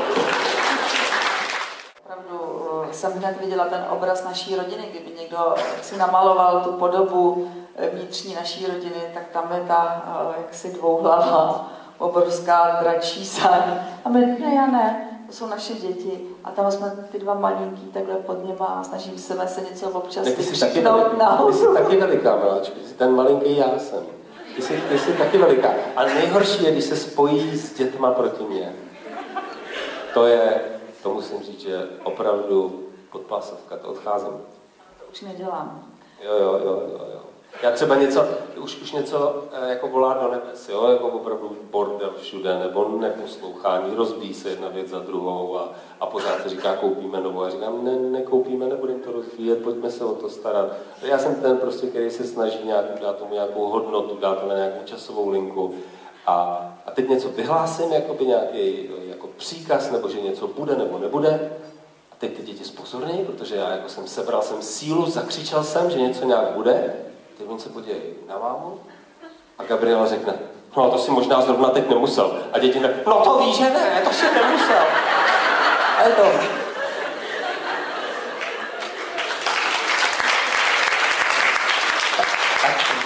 Opravdu jsem hned viděla ten obraz naší rodiny, kdyby někdo si namaloval tu podobu vnitřní naší rodiny, tak tam je ta jaksi dvouhlavá, obrovská dračí sáň. A my, ne, já ne, to jsou naše děti. A tam jsme ty dva malinký takhle pod něma a snažím se se něco občas vykřiknout nahoru. Ty jsi taky veliká, miláčku, ty jsi ten malinký já jsem. Ty jsi, ty jsi taky veliká. A nejhorší je, když se spojí s dětma proti mně. To je, to musím říct, že opravdu podpásovka, to odcházím. To už nedělám. Jo, jo, jo, jo, jo. Já třeba něco, už, už něco jako volá do nebes, jo, jako opravdu bordel všude, nebo neposlouchání, rozbíjí se jedna věc za druhou a, a pořád se říká, koupíme novou. A říkám, ne, nekoupíme, nebudeme to rozvíjet, pojďme se o to starat. Já jsem ten prostě, který se snaží nějak dát tomu nějakou hodnotu, dát to na nějakou časovou linku. A, a teď něco vyhlásím, jakoby nějaký jako příkaz, nebo že něco bude nebo nebude. A teď ty děti zpozornějí, protože já jako jsem sebral jsem sílu, zakřičel jsem, že něco nějak bude. Teď oni se podívají na mámu a Gabriela řekne, no to si možná zrovna teď nemusel. A děti ne, no to víš, že ne, to si nemusel. A je to.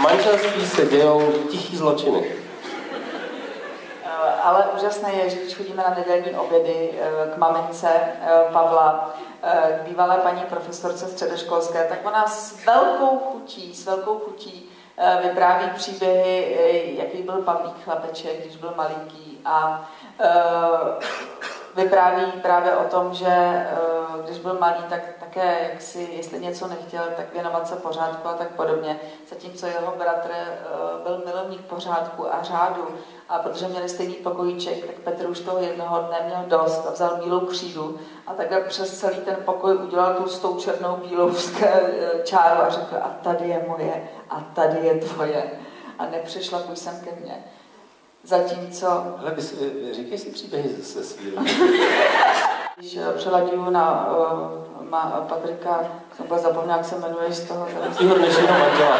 manželství se dějou tichý zločiny. Ale úžasné je, že když chodíme na nedělní obědy k mamince Pavla, k bývalé paní profesorce středoškolské, tak ona s velkou chutí, s velkou chutí vypráví příběhy, jaký byl Pavlík chlapeček, když byl malinký, a vypráví právě o tom, že když byl malý, tak také, jak si, jestli něco nechtěl, tak věnovat se pořádku a tak podobně. Zatímco jeho bratr byl milovník pořádku a řádu, a protože měli stejný pokojíček, tak Petr už toho jednoho dne měl dost a vzal bílou křídu a takhle přes celý ten pokoj udělal tlustou černou bílou čáru a řekl: a tady je moje, a tady je tvoje. A nepřešlapuj sem ke mně. Zatímco... Ale bys, říkej si příběhy se svým. Když přelaďuju na uh, ma, Patrika, jsem byla zapomněla, jak se jmenuješ z toho. Tvýho dnešního manžela.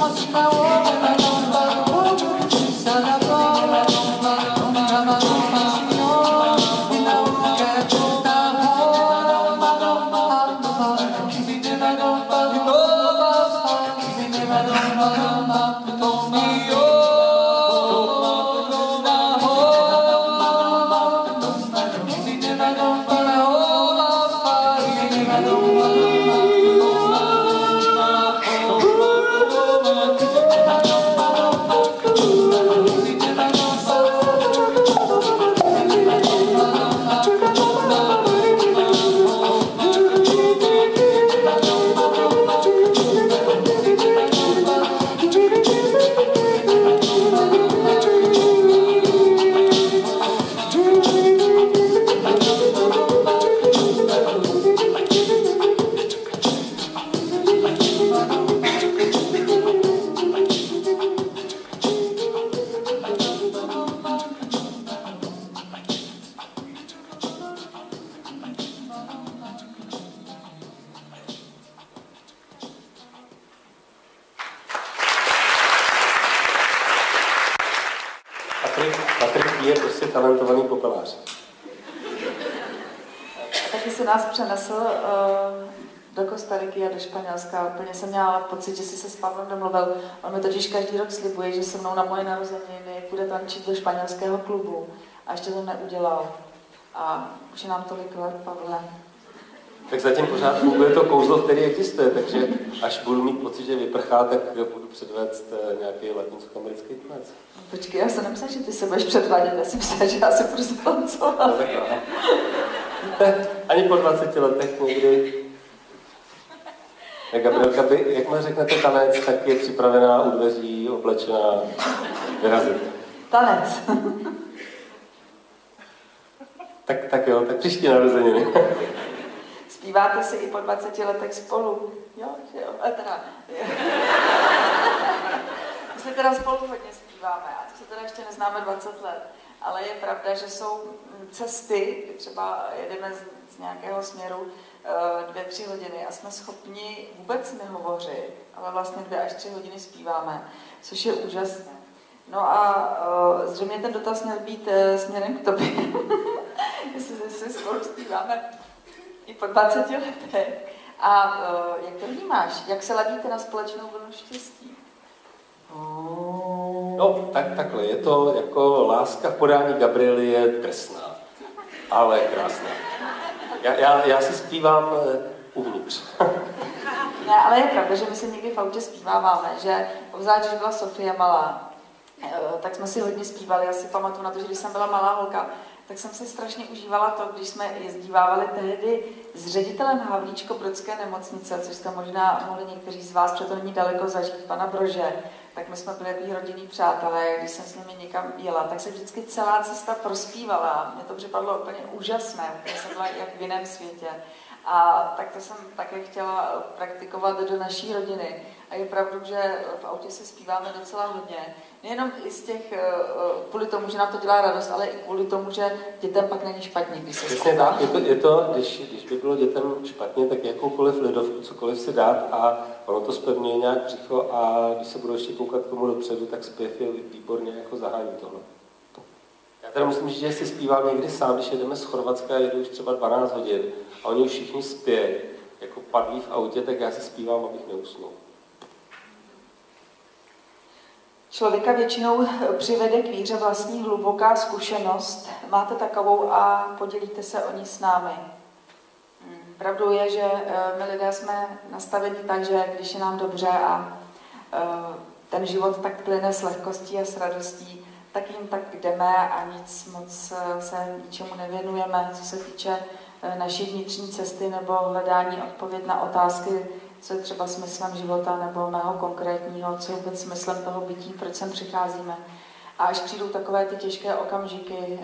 Patrik je prostě talentovaný popelář. Taky se nás přenesl uh, do Kostariky a do Španělska. Úplně jsem měla pocit, že si se s Pavlem domluvil. On mi totiž každý rok slibuje, že se mnou na moje narozeniny bude tančit do španělského klubu. A ještě to neudělal. A už je nám tolik let, Pavle. Tak zatím pořád funguje to kouzlo, který existuje, takže až budu mít pocit, že vyprchá, tak budu předvést nějaký latinskoamerický tanec. Počkej, já se nemyslím, že ty se budeš předvádět, já si myslím, že já se budu zatancovat. No, Víte, ani po dvaceti letech někdy. Tak Gabrielka, by, jakmile řeknete tanec, tak je připravená u dveří, oblečená, vyrazit. Tanec. tak, tak jo, tak příští narozeniny. Zpíváte si i po dvaceti letech spolu? Jo, že jo, a teda... My se teda spolu hodně zpíváme a to se teda ještě neznáme dvacet let. Ale je pravda, že jsou cesty, třeba jedeme z, z nějakého směru dvě, tři hodiny a jsme schopni vůbec nehovořit, ale vlastně dvě až tři hodiny zpíváme, což je úžasné. No a uh, zřejmě ten dotaz měl být uh, směrem k tobě. Jestli si spolu zpíváme i po dvaceti letech. A uh, jak to vnímáš? Jak se ladíte na společnou vlnu štěstí? No, tak, takhle. Je to jako láska v podání Gabriely je drsná, ale krásná. Já, já, já si zpívám uvnitř. Ne, ale je pravda, že my se někdy v autě zpíváváme, že obzvlášť, když byla Sofie malá, tak jsme si hodně zpívali. Já si pamatuju na to, že když jsem byla malá holka, tak jsem si strašně užívala to, když jsme jezdívávali tehdy s ředitelem Havlíčko-Brodské nemocnice, což jste možná mohli někteří z vás, protože to není daleko zažít, pana Brože, tak my jsme byli takový rodinní přátelé, když jsem s nimi někam jela, tak se vždycky celá cesta prospívala. Mně to připadlo úplně úžasné, protože jsem byla jak v jiném světě. A tak to jsem také chtěla praktikovat do naší rodiny. A je pravda, že v autě si zpíváme docela hodně. Nejenom i z těch, kvůli tomu, že nám to dělá radost, ale i kvůli tomu, že dětem pak není špatně, když se Přesně tak, je to, je to když, když by bylo dětem špatně, tak jakoukoliv lidovku, cokoliv si dát a ono to zpevňuje nějak břicho a když se budou ještě koukat komu dopředu, tak zpěv je výborně jako zahání tohle. Já teda musím říct, že si zpívám někdy sám, když jedeme z Chorvatska a jedu už třeba dvanáct hodin a oni už všichni spějí, jako padlí v autě, tak já si zpívám, abych neusnul. Člověka většinou přivede k víře vlastní hluboká zkušenost. Máte takovou a podělíte se o ní s námi. Pravdou je, že my lidé jsme nastaveni tak, že když je nám dobře a ten život tak plyne s lehkostí a s radostí, tak jim tak jdeme a nic moc se ničemu nevěnujeme, co se týče naší vnitřní cesty nebo hledání odpověď na otázky, co je třeba smyslem života nebo mého konkrétního, co je vůbec smyslem toho bytí, proč sem přicházíme. A až přijdou takové ty těžké okamžiky,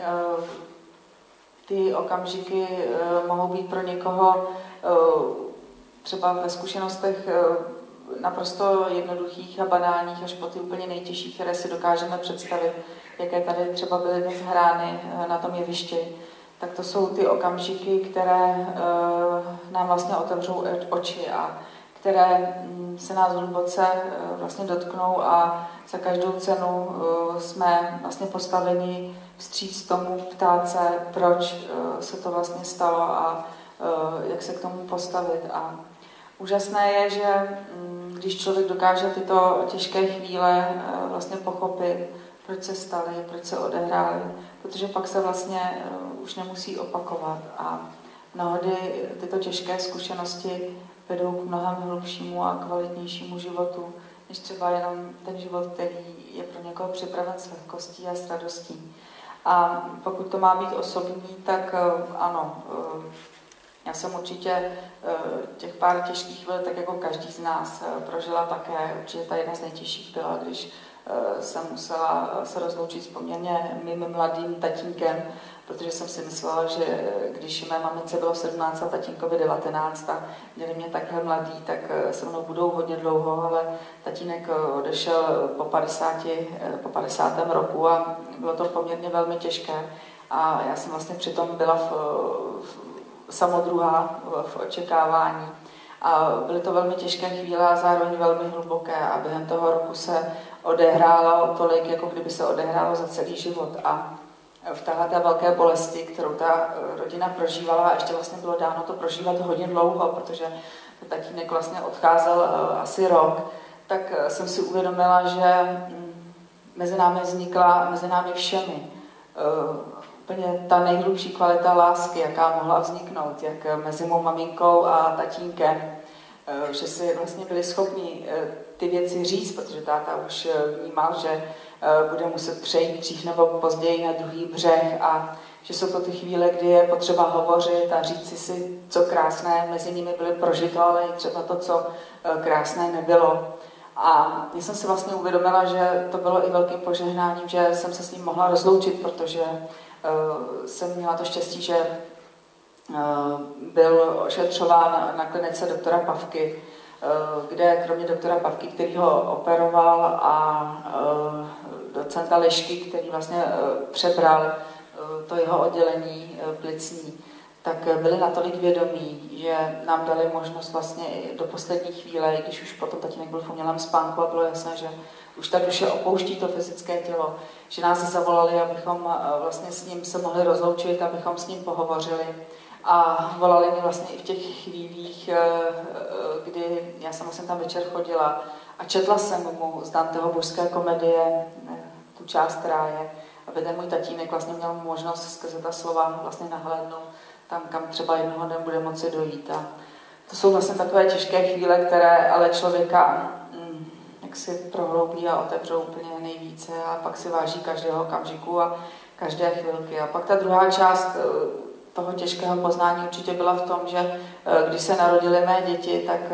ty okamžiky mohou být pro někoho třeba ve zkušenostech naprosto jednoduchých a banálních, až po ty úplně nejtěžší, které si dokážeme představit, jaké tady třeba byly dnes hrány na tom jevišti. Tak to jsou ty okamžiky, které nám vlastně otevřou oči a které se nás hluboce vlastně dotknou a za každou cenu jsme vlastně postaveni vstříc tomu ptát se, proč se to vlastně stalo a jak se k tomu postavit. A úžasné je, že když člověk dokáže tyto těžké chvíle vlastně pochopit, proč se staly, proč se odehrály, protože pak se vlastně už nemusí opakovat. A mnohdy tyto těžké zkušenosti vedou k mnohem hlubšímu a kvalitnějšímu životu, než třeba jenom ten život, který je pro někoho připraven s lehkostí a s radostí. A pokud to má být osobní, tak ano, já jsem určitě těch pár těžkých chvíl, tak jako každý z nás, prožila také. Určitě ta jedna z nejtěžších byla, když jsem musela se rozloučit s poměrně mým mladým tatínkem, protože jsem si myslela, že když mé mamince bylo sedmnáct a tatínkovi devatenáct a měli mě takhle mladý, tak se mnou budou hodně dlouho, ale tatínek odešel po, padesáti, po padesátém roku a bylo to poměrně velmi těžké. A já jsem vlastně přitom byla v, v samodruhá v očekávání. A byly to velmi těžké chvíle a zároveň velmi hluboké a během toho roku se odehrálo tolik, jako kdyby se odehrálo za celý život. A v téhleté velké bolesti, kterou ta rodina prožívala, a ještě vlastně bylo dáno to prožívat hodně dlouho, protože tatínek vlastně odcházel asi rok, tak jsem si uvědomila, že mezi námi vznikla, mezi námi všemi, úplně ta nejhlubší kvalita lásky, jaká mohla vzniknout, jak mezi mou maminkou a tatínkem, že si vlastně byli schopni ty věci říct, protože táta už vnímal, že bude muset přejít dřív nebo později na druhý břeh a že jsou to ty chvíle, kdy je potřeba hovořit a říct si, co krásné mezi nimi byly prožito, ale i třeba to, co krásné nebylo. A já jsem si vlastně uvědomila, že to bylo i velkým požehnáním, že jsem se s ním mohla rozloučit, protože uh, jsem měla to štěstí, že uh, byl ošetřován na klinice doktora Pavky, uh, kde kromě doktora Pavky, který ho operoval, a uh, docenta Lišky, který vlastně uh, přebral uh, to jeho oddělení uh, plicní, tak byli natolik vědomí, že nám dali možnost vlastně i do poslední chvíle, i když už potom tatínek byl v umělém spánku a bylo jasné, že už ta duše opouští to fyzické tělo, že nás zavolali, abychom vlastně s ním se mohli rozloučit, abychom s ním pohovořili. A volali mi vlastně i v těch chvílích, kdy já jsem vlastně tam večer chodila a četla jsem mu z Danteho božské komedie tu část ráje, aby ten můj tatínek vlastně měl možnost skrze ta slova vlastně nahlédnout tam, kam třeba jednoho dne bude moci dojít. A to jsou vlastně takové těžké chvíle, které ale člověka mm, jak si prohloubí a otevřou úplně nejvíce a pak si váží každého okamžiku a každé chvilky. A pak ta druhá část toho těžkého poznání určitě byla v tom, že když se narodily mé děti, tak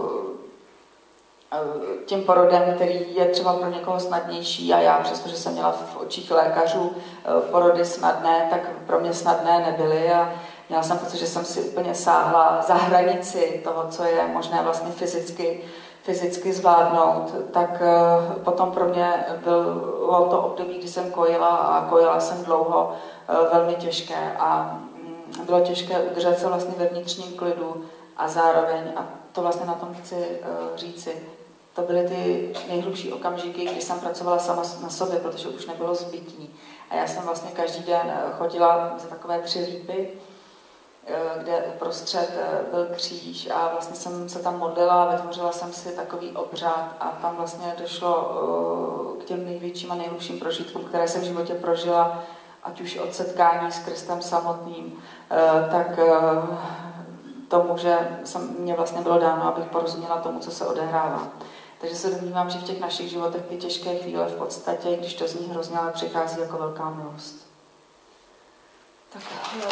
tím porodem, který je třeba pro někoho snadnější a já, přestože jsem měla v očích lékařů porody snadné, tak pro mě snadné nebyly a měla jsem pocit, že jsem si úplně sáhla za hranici toho, co je možné vlastně fyzicky, fyzicky zvládnout. Tak potom pro mě bylo to období, kdy jsem kojila a kojila jsem dlouho, velmi těžké a bylo těžké udržet se vlastně ve vnitřním klidu a zároveň, a to vlastně na tom chci říci, to byly ty nejhlubší okamžiky, kdy jsem pracovala sama na sobě, protože už nebylo zbytí. A já jsem vlastně každý den chodila za takové tři lípy, kde uprostřed byl kříž a vlastně jsem se tam modlila a vytvořila jsem si takový obřad a tam vlastně došlo k těm největším a nejhlubším prožitkům, které jsem v životě prožila, ať už od setkání s Kristem samotným, tak tomu, že jsem, mě vlastně bylo dáno, abych porozuměla tomu, co se odehrává. Takže se domnívám, že v těch našich životech ty těžké chvíle v podstatě, když to zní hrozně, ale přichází jako velká milost. Tak jo.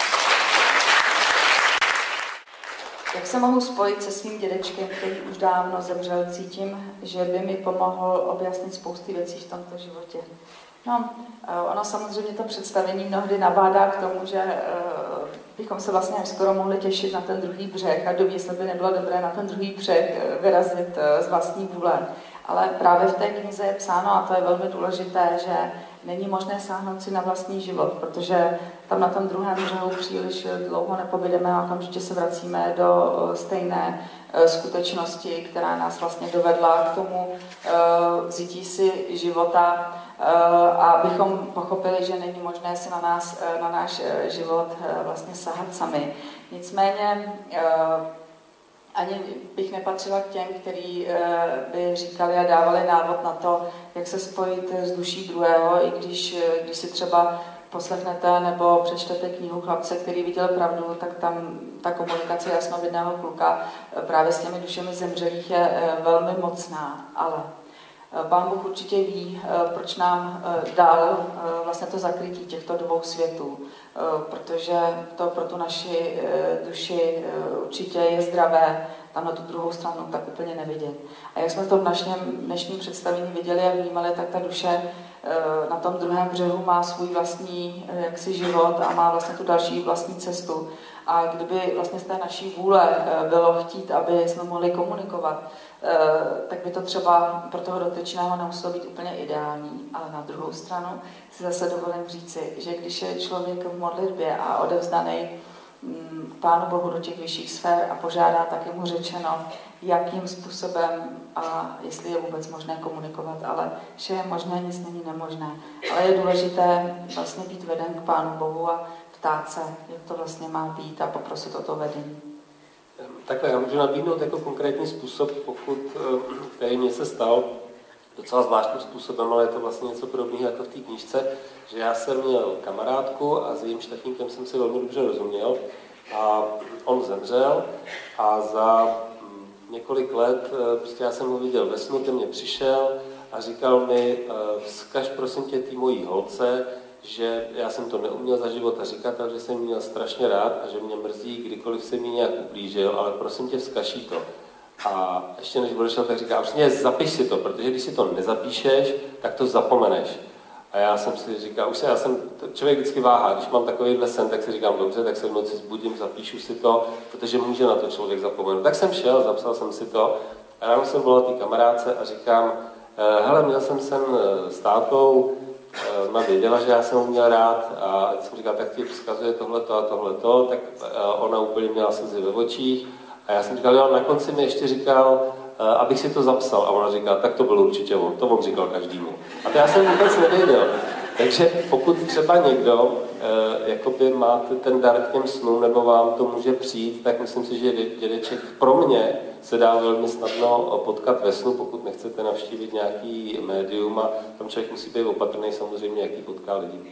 Jak se mohu spojit se svým dědečkem, který už dávno zemřel, cítím, že by mi pomohl objasnit spousty věcí v tomto životě. No, ono samozřejmě to představení mnohdy nabádá k tomu, že uh, bychom se vlastně až skoro mohli těšit na ten druhý břeh a doby, jestli by nebylo dobré na ten druhý břeh vyrazit uh, z vlastní vůle. Ale právě v té knize je psáno, a to je velmi důležité, že není možné sáhnout si na vlastní život, protože tam na tom druhém břehu příliš dlouho nepobydeme a okamžitě se vracíme do stejné skutečnosti, která nás vlastně dovedla k tomu vzítí si života, a abychom pochopili, že není možné si na, nás, na náš život vlastně sahat sami. Nicméně ani bych nepatřila k těm, kteří by říkali a dávali návod na to, jak se spojit s duší druhého, i když, když si třeba poslechnete nebo přečtete knihu Chlapce, který viděl pravdu, tak tam ta komunikace jasnovidného kluka právě s těmi dušemi zemřelých je velmi mocná. Ale Pán Bůh určitě ví, proč nám dal vlastně to zakrytí těchto dvou světů, protože to pro tu naši duši určitě je zdravé, tam na tu druhou stranu tak úplně nevidět. A jak jsme to v našem dnešním představení viděli a vnímali, tak ta duše na tom druhém břehu má svůj vlastní jaksi život a má vlastně tu další vlastní cestu. A kdyby vlastně z té naší vůle bylo chtít, aby jsme mohli komunikovat, tak by to třeba pro toho dotyčného nemuselo být úplně ideální. Ale na druhou stranu si zase dovolím říci, že když je člověk v modlitbě a odevzdaný Pánu Bohu do těch vyšších sfér a požádá, tak je mu řečeno, jakým způsobem a jestli je vůbec možné komunikovat, ale vše je možné, nic není nemožné. Ale je důležité vlastně být veden k Pánu Bohu a ptát se, jak to vlastně má být a poprosit o to vedení. Takhle, já můžu nabídnout jako konkrétní způsob, pokud, který mě se stal docela zvláštním způsobem, ale je to vlastně něco podobného jako v té knížce, že já jsem měl kamarádku a s jejím štatníkem jsem si velmi dobře rozuměl a on zemřel a za několik let prostě já jsem ho viděl ve snu, kde mě přišel a říkal mi, vzkaž prosím tě té mojí holce, že já jsem to neuměl za života říkat, ale že jsem ji měl strašně rád a že mě mrzí, kdykoliv jsem mi nějak ublížil, ale prosím tě, vzkaží to. A ještě než odešel, tak říká, prostě zapiš si to, protože když si to nezapíšeš, tak to zapomeneš. A já jsem si říkal, už se, já jsem, člověk vždycky váhá, když mám takovýhle sen, tak si říkám, dobře, tak se v noci zbudím, zapíšu si to, protože může na to člověk zapomenout. Tak jsem šel, zapsal jsem si to a ráno jsem volal té kamarádce a říkám, hele, měl jsem sen s tátou, ona věděla, že já jsem ho měl rád a jsem říkal, tak ti vzkazuje tohleto a tohleto, tak ona úplně měla slzy ve očích a já jsem říkal, jo, na konci mi ještě říkal, abych si to zapsal a ona říkala, tak to byl určitě on, to on říkal každému. A to já jsem vůbec nevěděl. Takže pokud třeba někdo eh, jakoby máte ten dar k těm snům, nebo vám to může přijít, tak myslím si, že dědeček pro mě se dá velmi snadno potkat ve snu, pokud nechcete navštívit nějaký médium a tam člověk musí být opatrný samozřejmě, jaký potká lidi.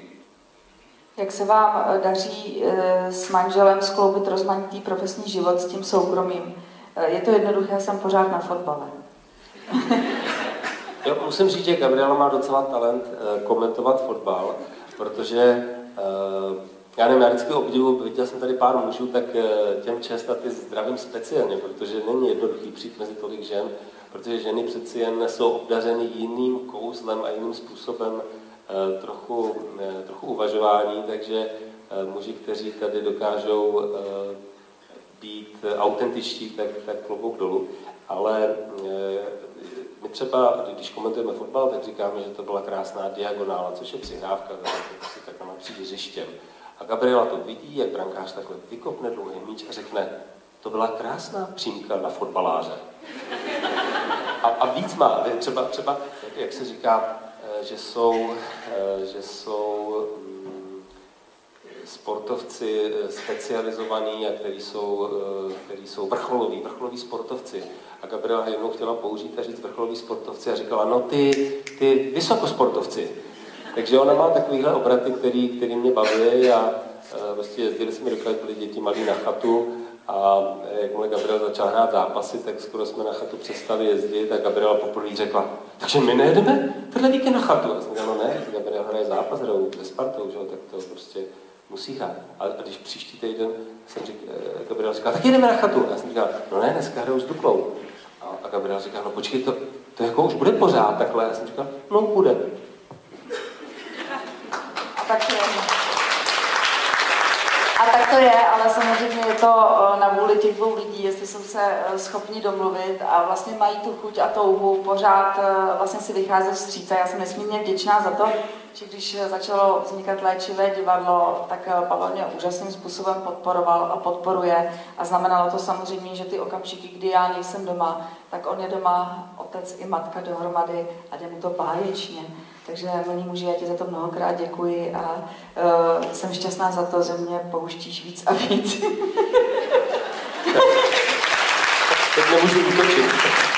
Jak se vám daří eh, s manželem skloubit rozmanitý profesní život s tím soukromým? Je to jednoduché, jsem pořád na fotbale. Jo, musím říct, že Gabriela má docela talent uh, komentovat fotbal, protože, uh, já nevím, já vždycky obdivu, viděl jsem tady pár mužů, tak uh, těm čest a ty zdravím speciálně, protože není jednoduchý přijít mezi tolik žen, protože ženy přeci jen jsou obdařeny jiným kouzlem a jiným způsobem uh, trochu, uh, trochu uvažování, takže uh, muži, kteří tady dokážou uh, být autentičtí, tak, tak klobouk dolů. Ale e, my třeba, když komentujeme fotbal, tak říkáme, že to byla krásná diagonála, což je přihrávka, tak si takhle napříč hřištěm. A Gabriela to vidí, jak brankář takhle vykopne dlouhý míč a řekne, to byla krásná přímka na fotbaláře. A, a víc má, třeba, třeba, jak se říká, že jsou, že jsou sportovci specializovaní a který jsou, který jsou vrcholoví, vrcholoví sportovci. A Gabriela jednou chtěla použít a říct vrcholoví sportovci a říkala, no ty, ty vysokosportovci. Takže ona má takovýhle obraty, který, který mě baví a vlastně jezdili jsme, dokud byli děti malí na chatu a jakmile Gabriela začala hrát zápasy, tak skoro jsme na chatu přestali jezdit a Gabriela poprvé řekla, takže my nejedeme tenhle víkend na chatu. A jsem říkal, no ne, Gabriela hraje zápas, hrajou ve Spartou, že? Tak to prostě musí hrát. A když příští týden jsem říkal, Gabriela říkala, tak jdeme na chatu. A já jsem říkal, no ne, dneska hrajou s Duklou. A, a Gabriela říkala, no počkej, to, to jako už bude pořád takhle. A já jsem říkal, no bude. A tak, a tak to je, ale samozřejmě je to na vůli těch dvou lidí, jestli jsou se schopni domluvit a vlastně mají tu chuť a touhu pořád vlastně si vycházet vstříc. Já jsem nesmírně vděčná za to, že když začalo vznikat Léčivé divadlo, tak Pavel mě úžasným způsobem podporoval a podporuje. A znamenalo to samozřejmě, že ty okamžiky, kdy já nejsem doma, tak on je doma, otec i matka dohromady a jde mu to báječně. Takže milí muži, já ti za to mnohokrát děkuji a uh, jsem šťastná za to, že mě pouštíš víc a víc. Teď nemůžu útočit.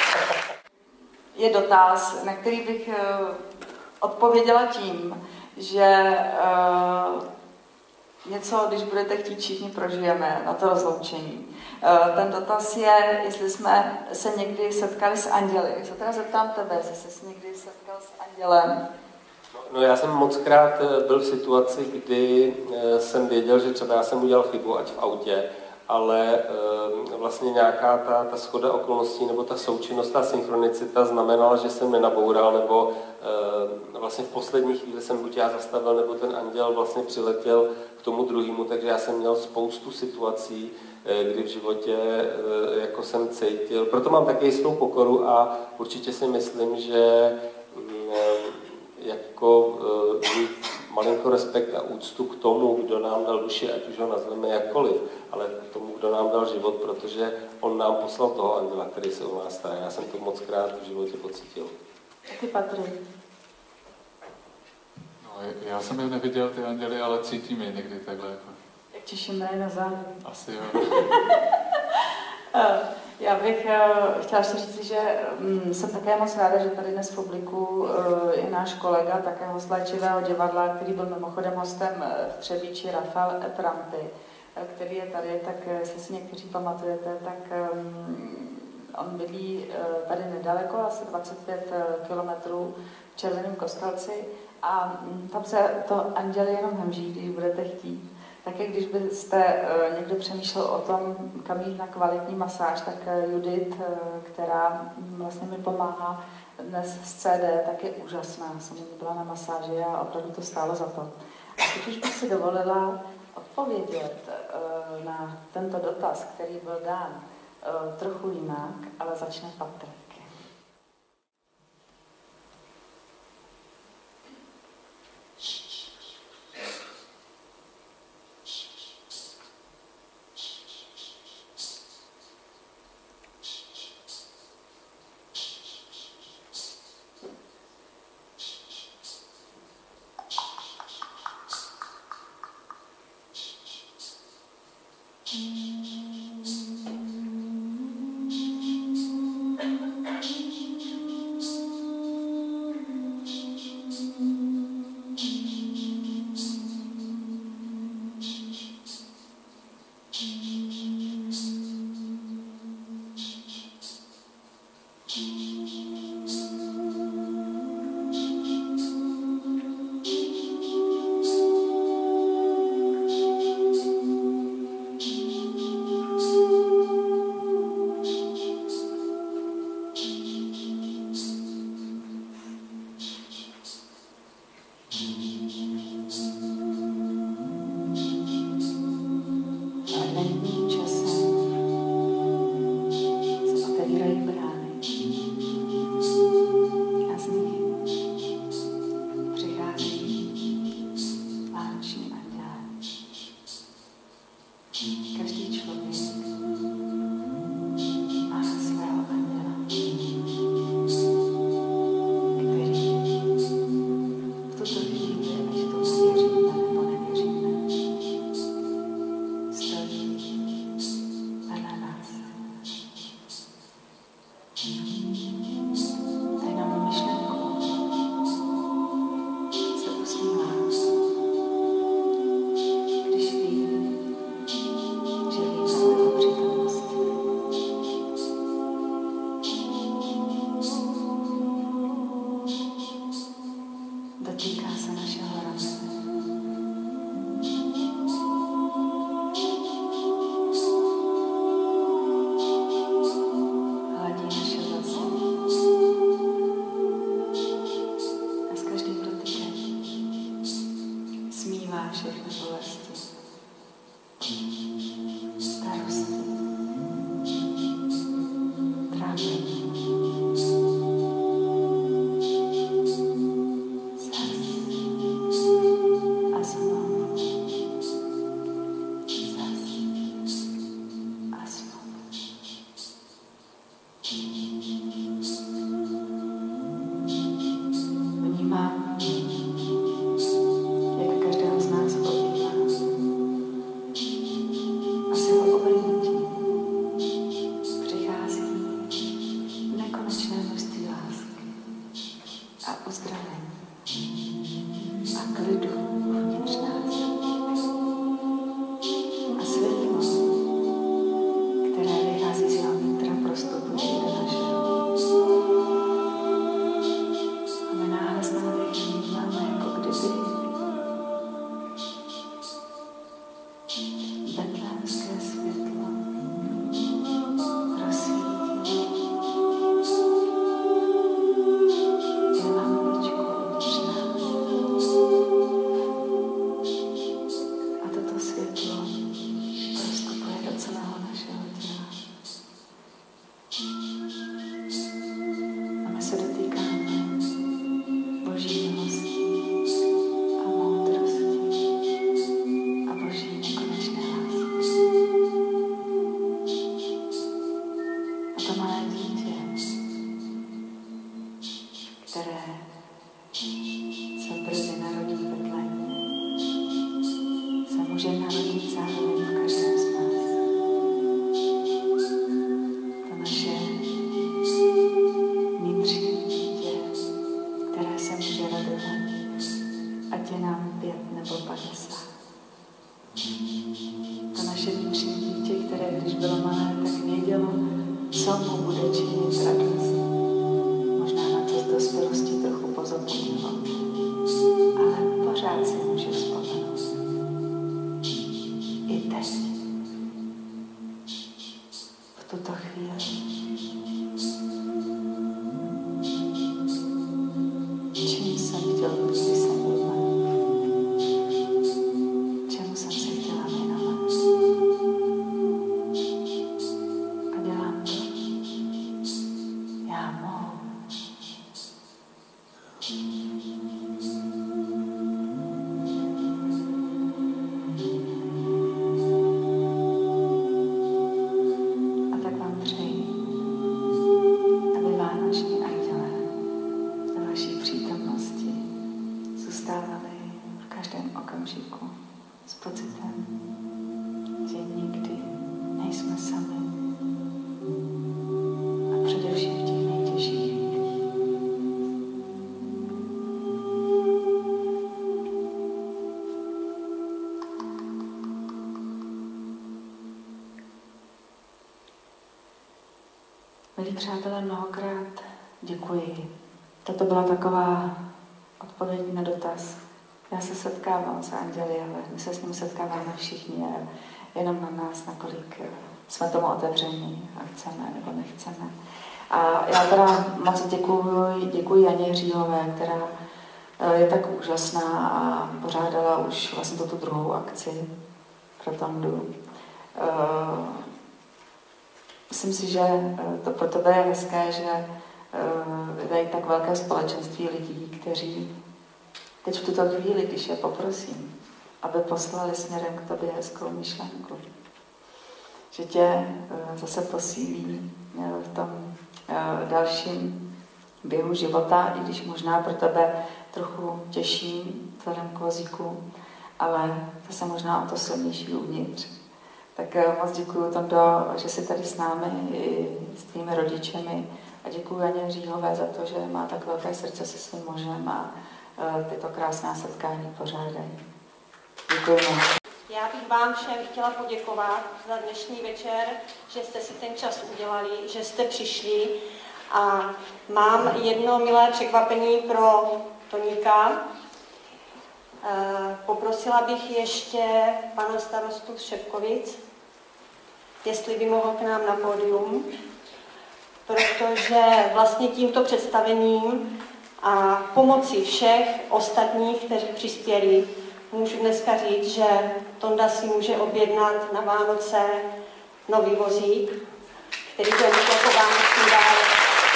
Je dotaz, na který bych uh, odpověděla tím, že uh, něco, když budete chtít, všichni prožijeme na to rozloučení. Uh, ten dotaz je, jestli jsme se někdy setkali s anděli. Já se teda zeptám tebe, jestli jsi se někdy setkal s andělem. No já jsem mockrát byl v situaci, kdy jsem věděl, že třeba já jsem udělal chybu, ať v autě, ale vlastně nějaká ta, ta shoda okolností nebo ta součinnost, ta synchronicita znamenala, že jsem nenaboural, nebo vlastně v poslední chvíli jsem buď já zastavil, nebo ten anděl vlastně přiletěl k tomu druhému, takže já jsem měl spoustu situací, kdy v životě jako jsem cítil. Proto mám také jistou pokoru a určitě si myslím, že jako uh, malinko respekt a úctu k tomu, kdo nám dal duši, ať už ho nazveme jakkoliv, ale k tomu, kdo nám dal život, protože on nám poslal toho anděla, který se o nás stará. Já jsem to moc krát v životě pocítil. A ty, Patrik? No, já jsem je neviděl, ty anděly, ale cítím je někdy takhle. Jako. Jak ti šimrají na zádu? Asi jo. Já bych uh, chtěla ještě říct, že um, jsem také moc ráda, že tady dnes v publiku uh, je náš kolega, také host Léčivého divadla, který byl mimochodem hostem v Třebíči, Rafael Epranty, který je tady, tak jestli si někteří pamatujete, tak um, on bydlí uh, tady nedaleko, asi dvacet pět kilometrů v Červeném Kostelci a um, tam se to anděli jenom hemží, když budete chtít. Také když byste uh, někdo přemýšlel o tom, kam jít na kvalitní masáž, tak uh, Judith, uh, která vlastně mi pomáhá dnes z C D, tak je úžasná. Jsem byla na masáži a opravdu to stálo za to. A teď už bych si dovolila odpovědět uh, na tento dotaz, který byl dán uh, trochu jinak, ale začne Patrik. a uzdravení a klidu uvnitř nás. A světlo, které vychází z jeho vnitra, prostupuje do našeho. A my náhle nádech vnímáme, jako kdyby betlémské světlo rozsvítilo je lampičku uvnitř nás. A toto světlo prostupuje do celého našeho těla. A my se dotýkáme Boží milosti a moudrosti a Boží nekonečné lásky. A to malé dítě, které se brzy narodí v Betlémě, se může narodit zároveň v každém z nás. To naše vnitřní dítě, které se může radovat, ať je nám pět nebo padesát. To naše vnitřní dítě, které když bylo malé, tak vědělo, co mu bude činit radost. Možná na to z dospělosti trochu pozapomnělo, ale pořád si může vzpomenout. I teď. V tuto chvíli. Čím jsem chtěl být, když jsem byl malý? Čemu jsem se chtěla věnovat? A dělám to. Já mohu. A tak vám přeji, aby vánoční andělé ve vaší přítomnosti zůstávali v každém okamžiku s pocitem, že nikdy nejsme sami. A především v těch nejtěžších chvílích. Milí přátelé, mnohokrát děkuji. Toto byla taková odpověď na dotaz. Já se setkávám s anděli, ale my se s ním setkáváme všichni. Jenom na nás, nakolik jsme tomu otevření a chceme nebo nechceme. A já teda moc děkuji, děkuji Janě Hříhové, která je tak úžasná a pořádala už vlastně tu druhou akci pro Tondu. Myslím si, že to pro tebe je hezké, že dají tak velké společenství lidí, kteří teď v tuto chvíli, když je poprosím, aby poslali směrem k tobě hezkou myšlenku, že tě zase posílí v tom dalším běhu života, i když možná pro tebe trochu těžší vzhledem k vozíku, ale zase možná o to silnější uvnitř. Tak moc děkuji, Tondo, že jsi tady s námi i s tvými rodičemi a děkuji Janě Hříhové za to, že má tak velké srdce se svým mužem a tyto krásná setkání pořádají. Děkuji moc. Já bych vám všem chtěla poděkovat za dnešní večer, že jste si ten čas udělali, že jste přišli a mám jedno milé překvapení pro Toníka. Poprosila bych ještě pana starostu z Šepkovic, jestli by mohl k nám na pódium, protože vlastně tímto představením a pomocí všech ostatních, kteří přispěli, můžu dneska říct, že Tonda si může objednat na Vánoce nový vozík, který bude mít jako vánoční dárek.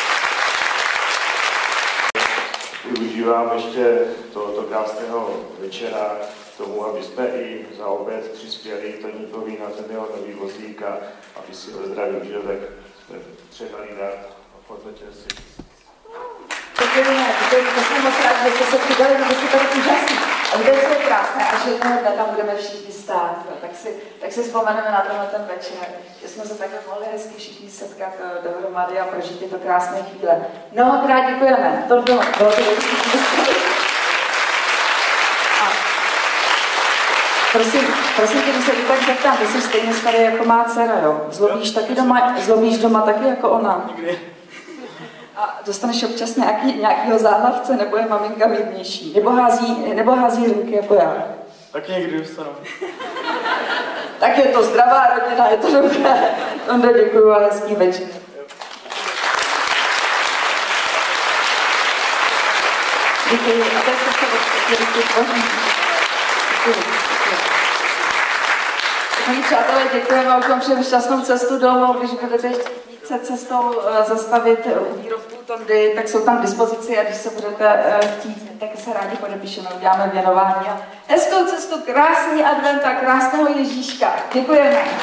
Využívám ještě tohoto krásného večera k tomu, aby jsme i za obec přispěli Toníkovi na ten jeho nový vozík a aby si ho zdravil životek třeba dát a podletěl si. Děkujeme, děkujeme, to jsem moc rád, že jste se přidali, to jste tady úžasný. A víte, co je krásné, až jednoho dne tam budeme všichni stát, jo, tak, si, tak si vzpomeneme na tenhle ten večer, že jsme se takhle mohli hezky všichni setkat dohromady a prožít tyto krásné chvíle. Mnohokrát děkujeme. To bylo, bylo to Prosím, prosím tě, když se tak zeptám, ty jsi stejně starý jako má dcera, jo? Zlobíš taky doma, zlobíš doma taky jako ona? Nikdy. A dostaneš občas nějaký, nějakýho záhlavce, nebo je maminka mírnější? Nebo hází, nebo hází ruky jako já? Tak někdy dostanu. Tak je to zdravá rodina, je to dobré. Tondo, děkuju a hezký večer. Děkuji. A teď se Děkuji. Milí přátelé, děkujeme, už vám všem šťastnou cestu domů, když budete více cestou zastavit u výrobků Tondy, tak jsou tam k dispozici a když se budete chtít, tak se rádi podepíšeme, uděláme věnování. A hezkou cestu, krásný advent a krásného Ježíška. Děkujeme.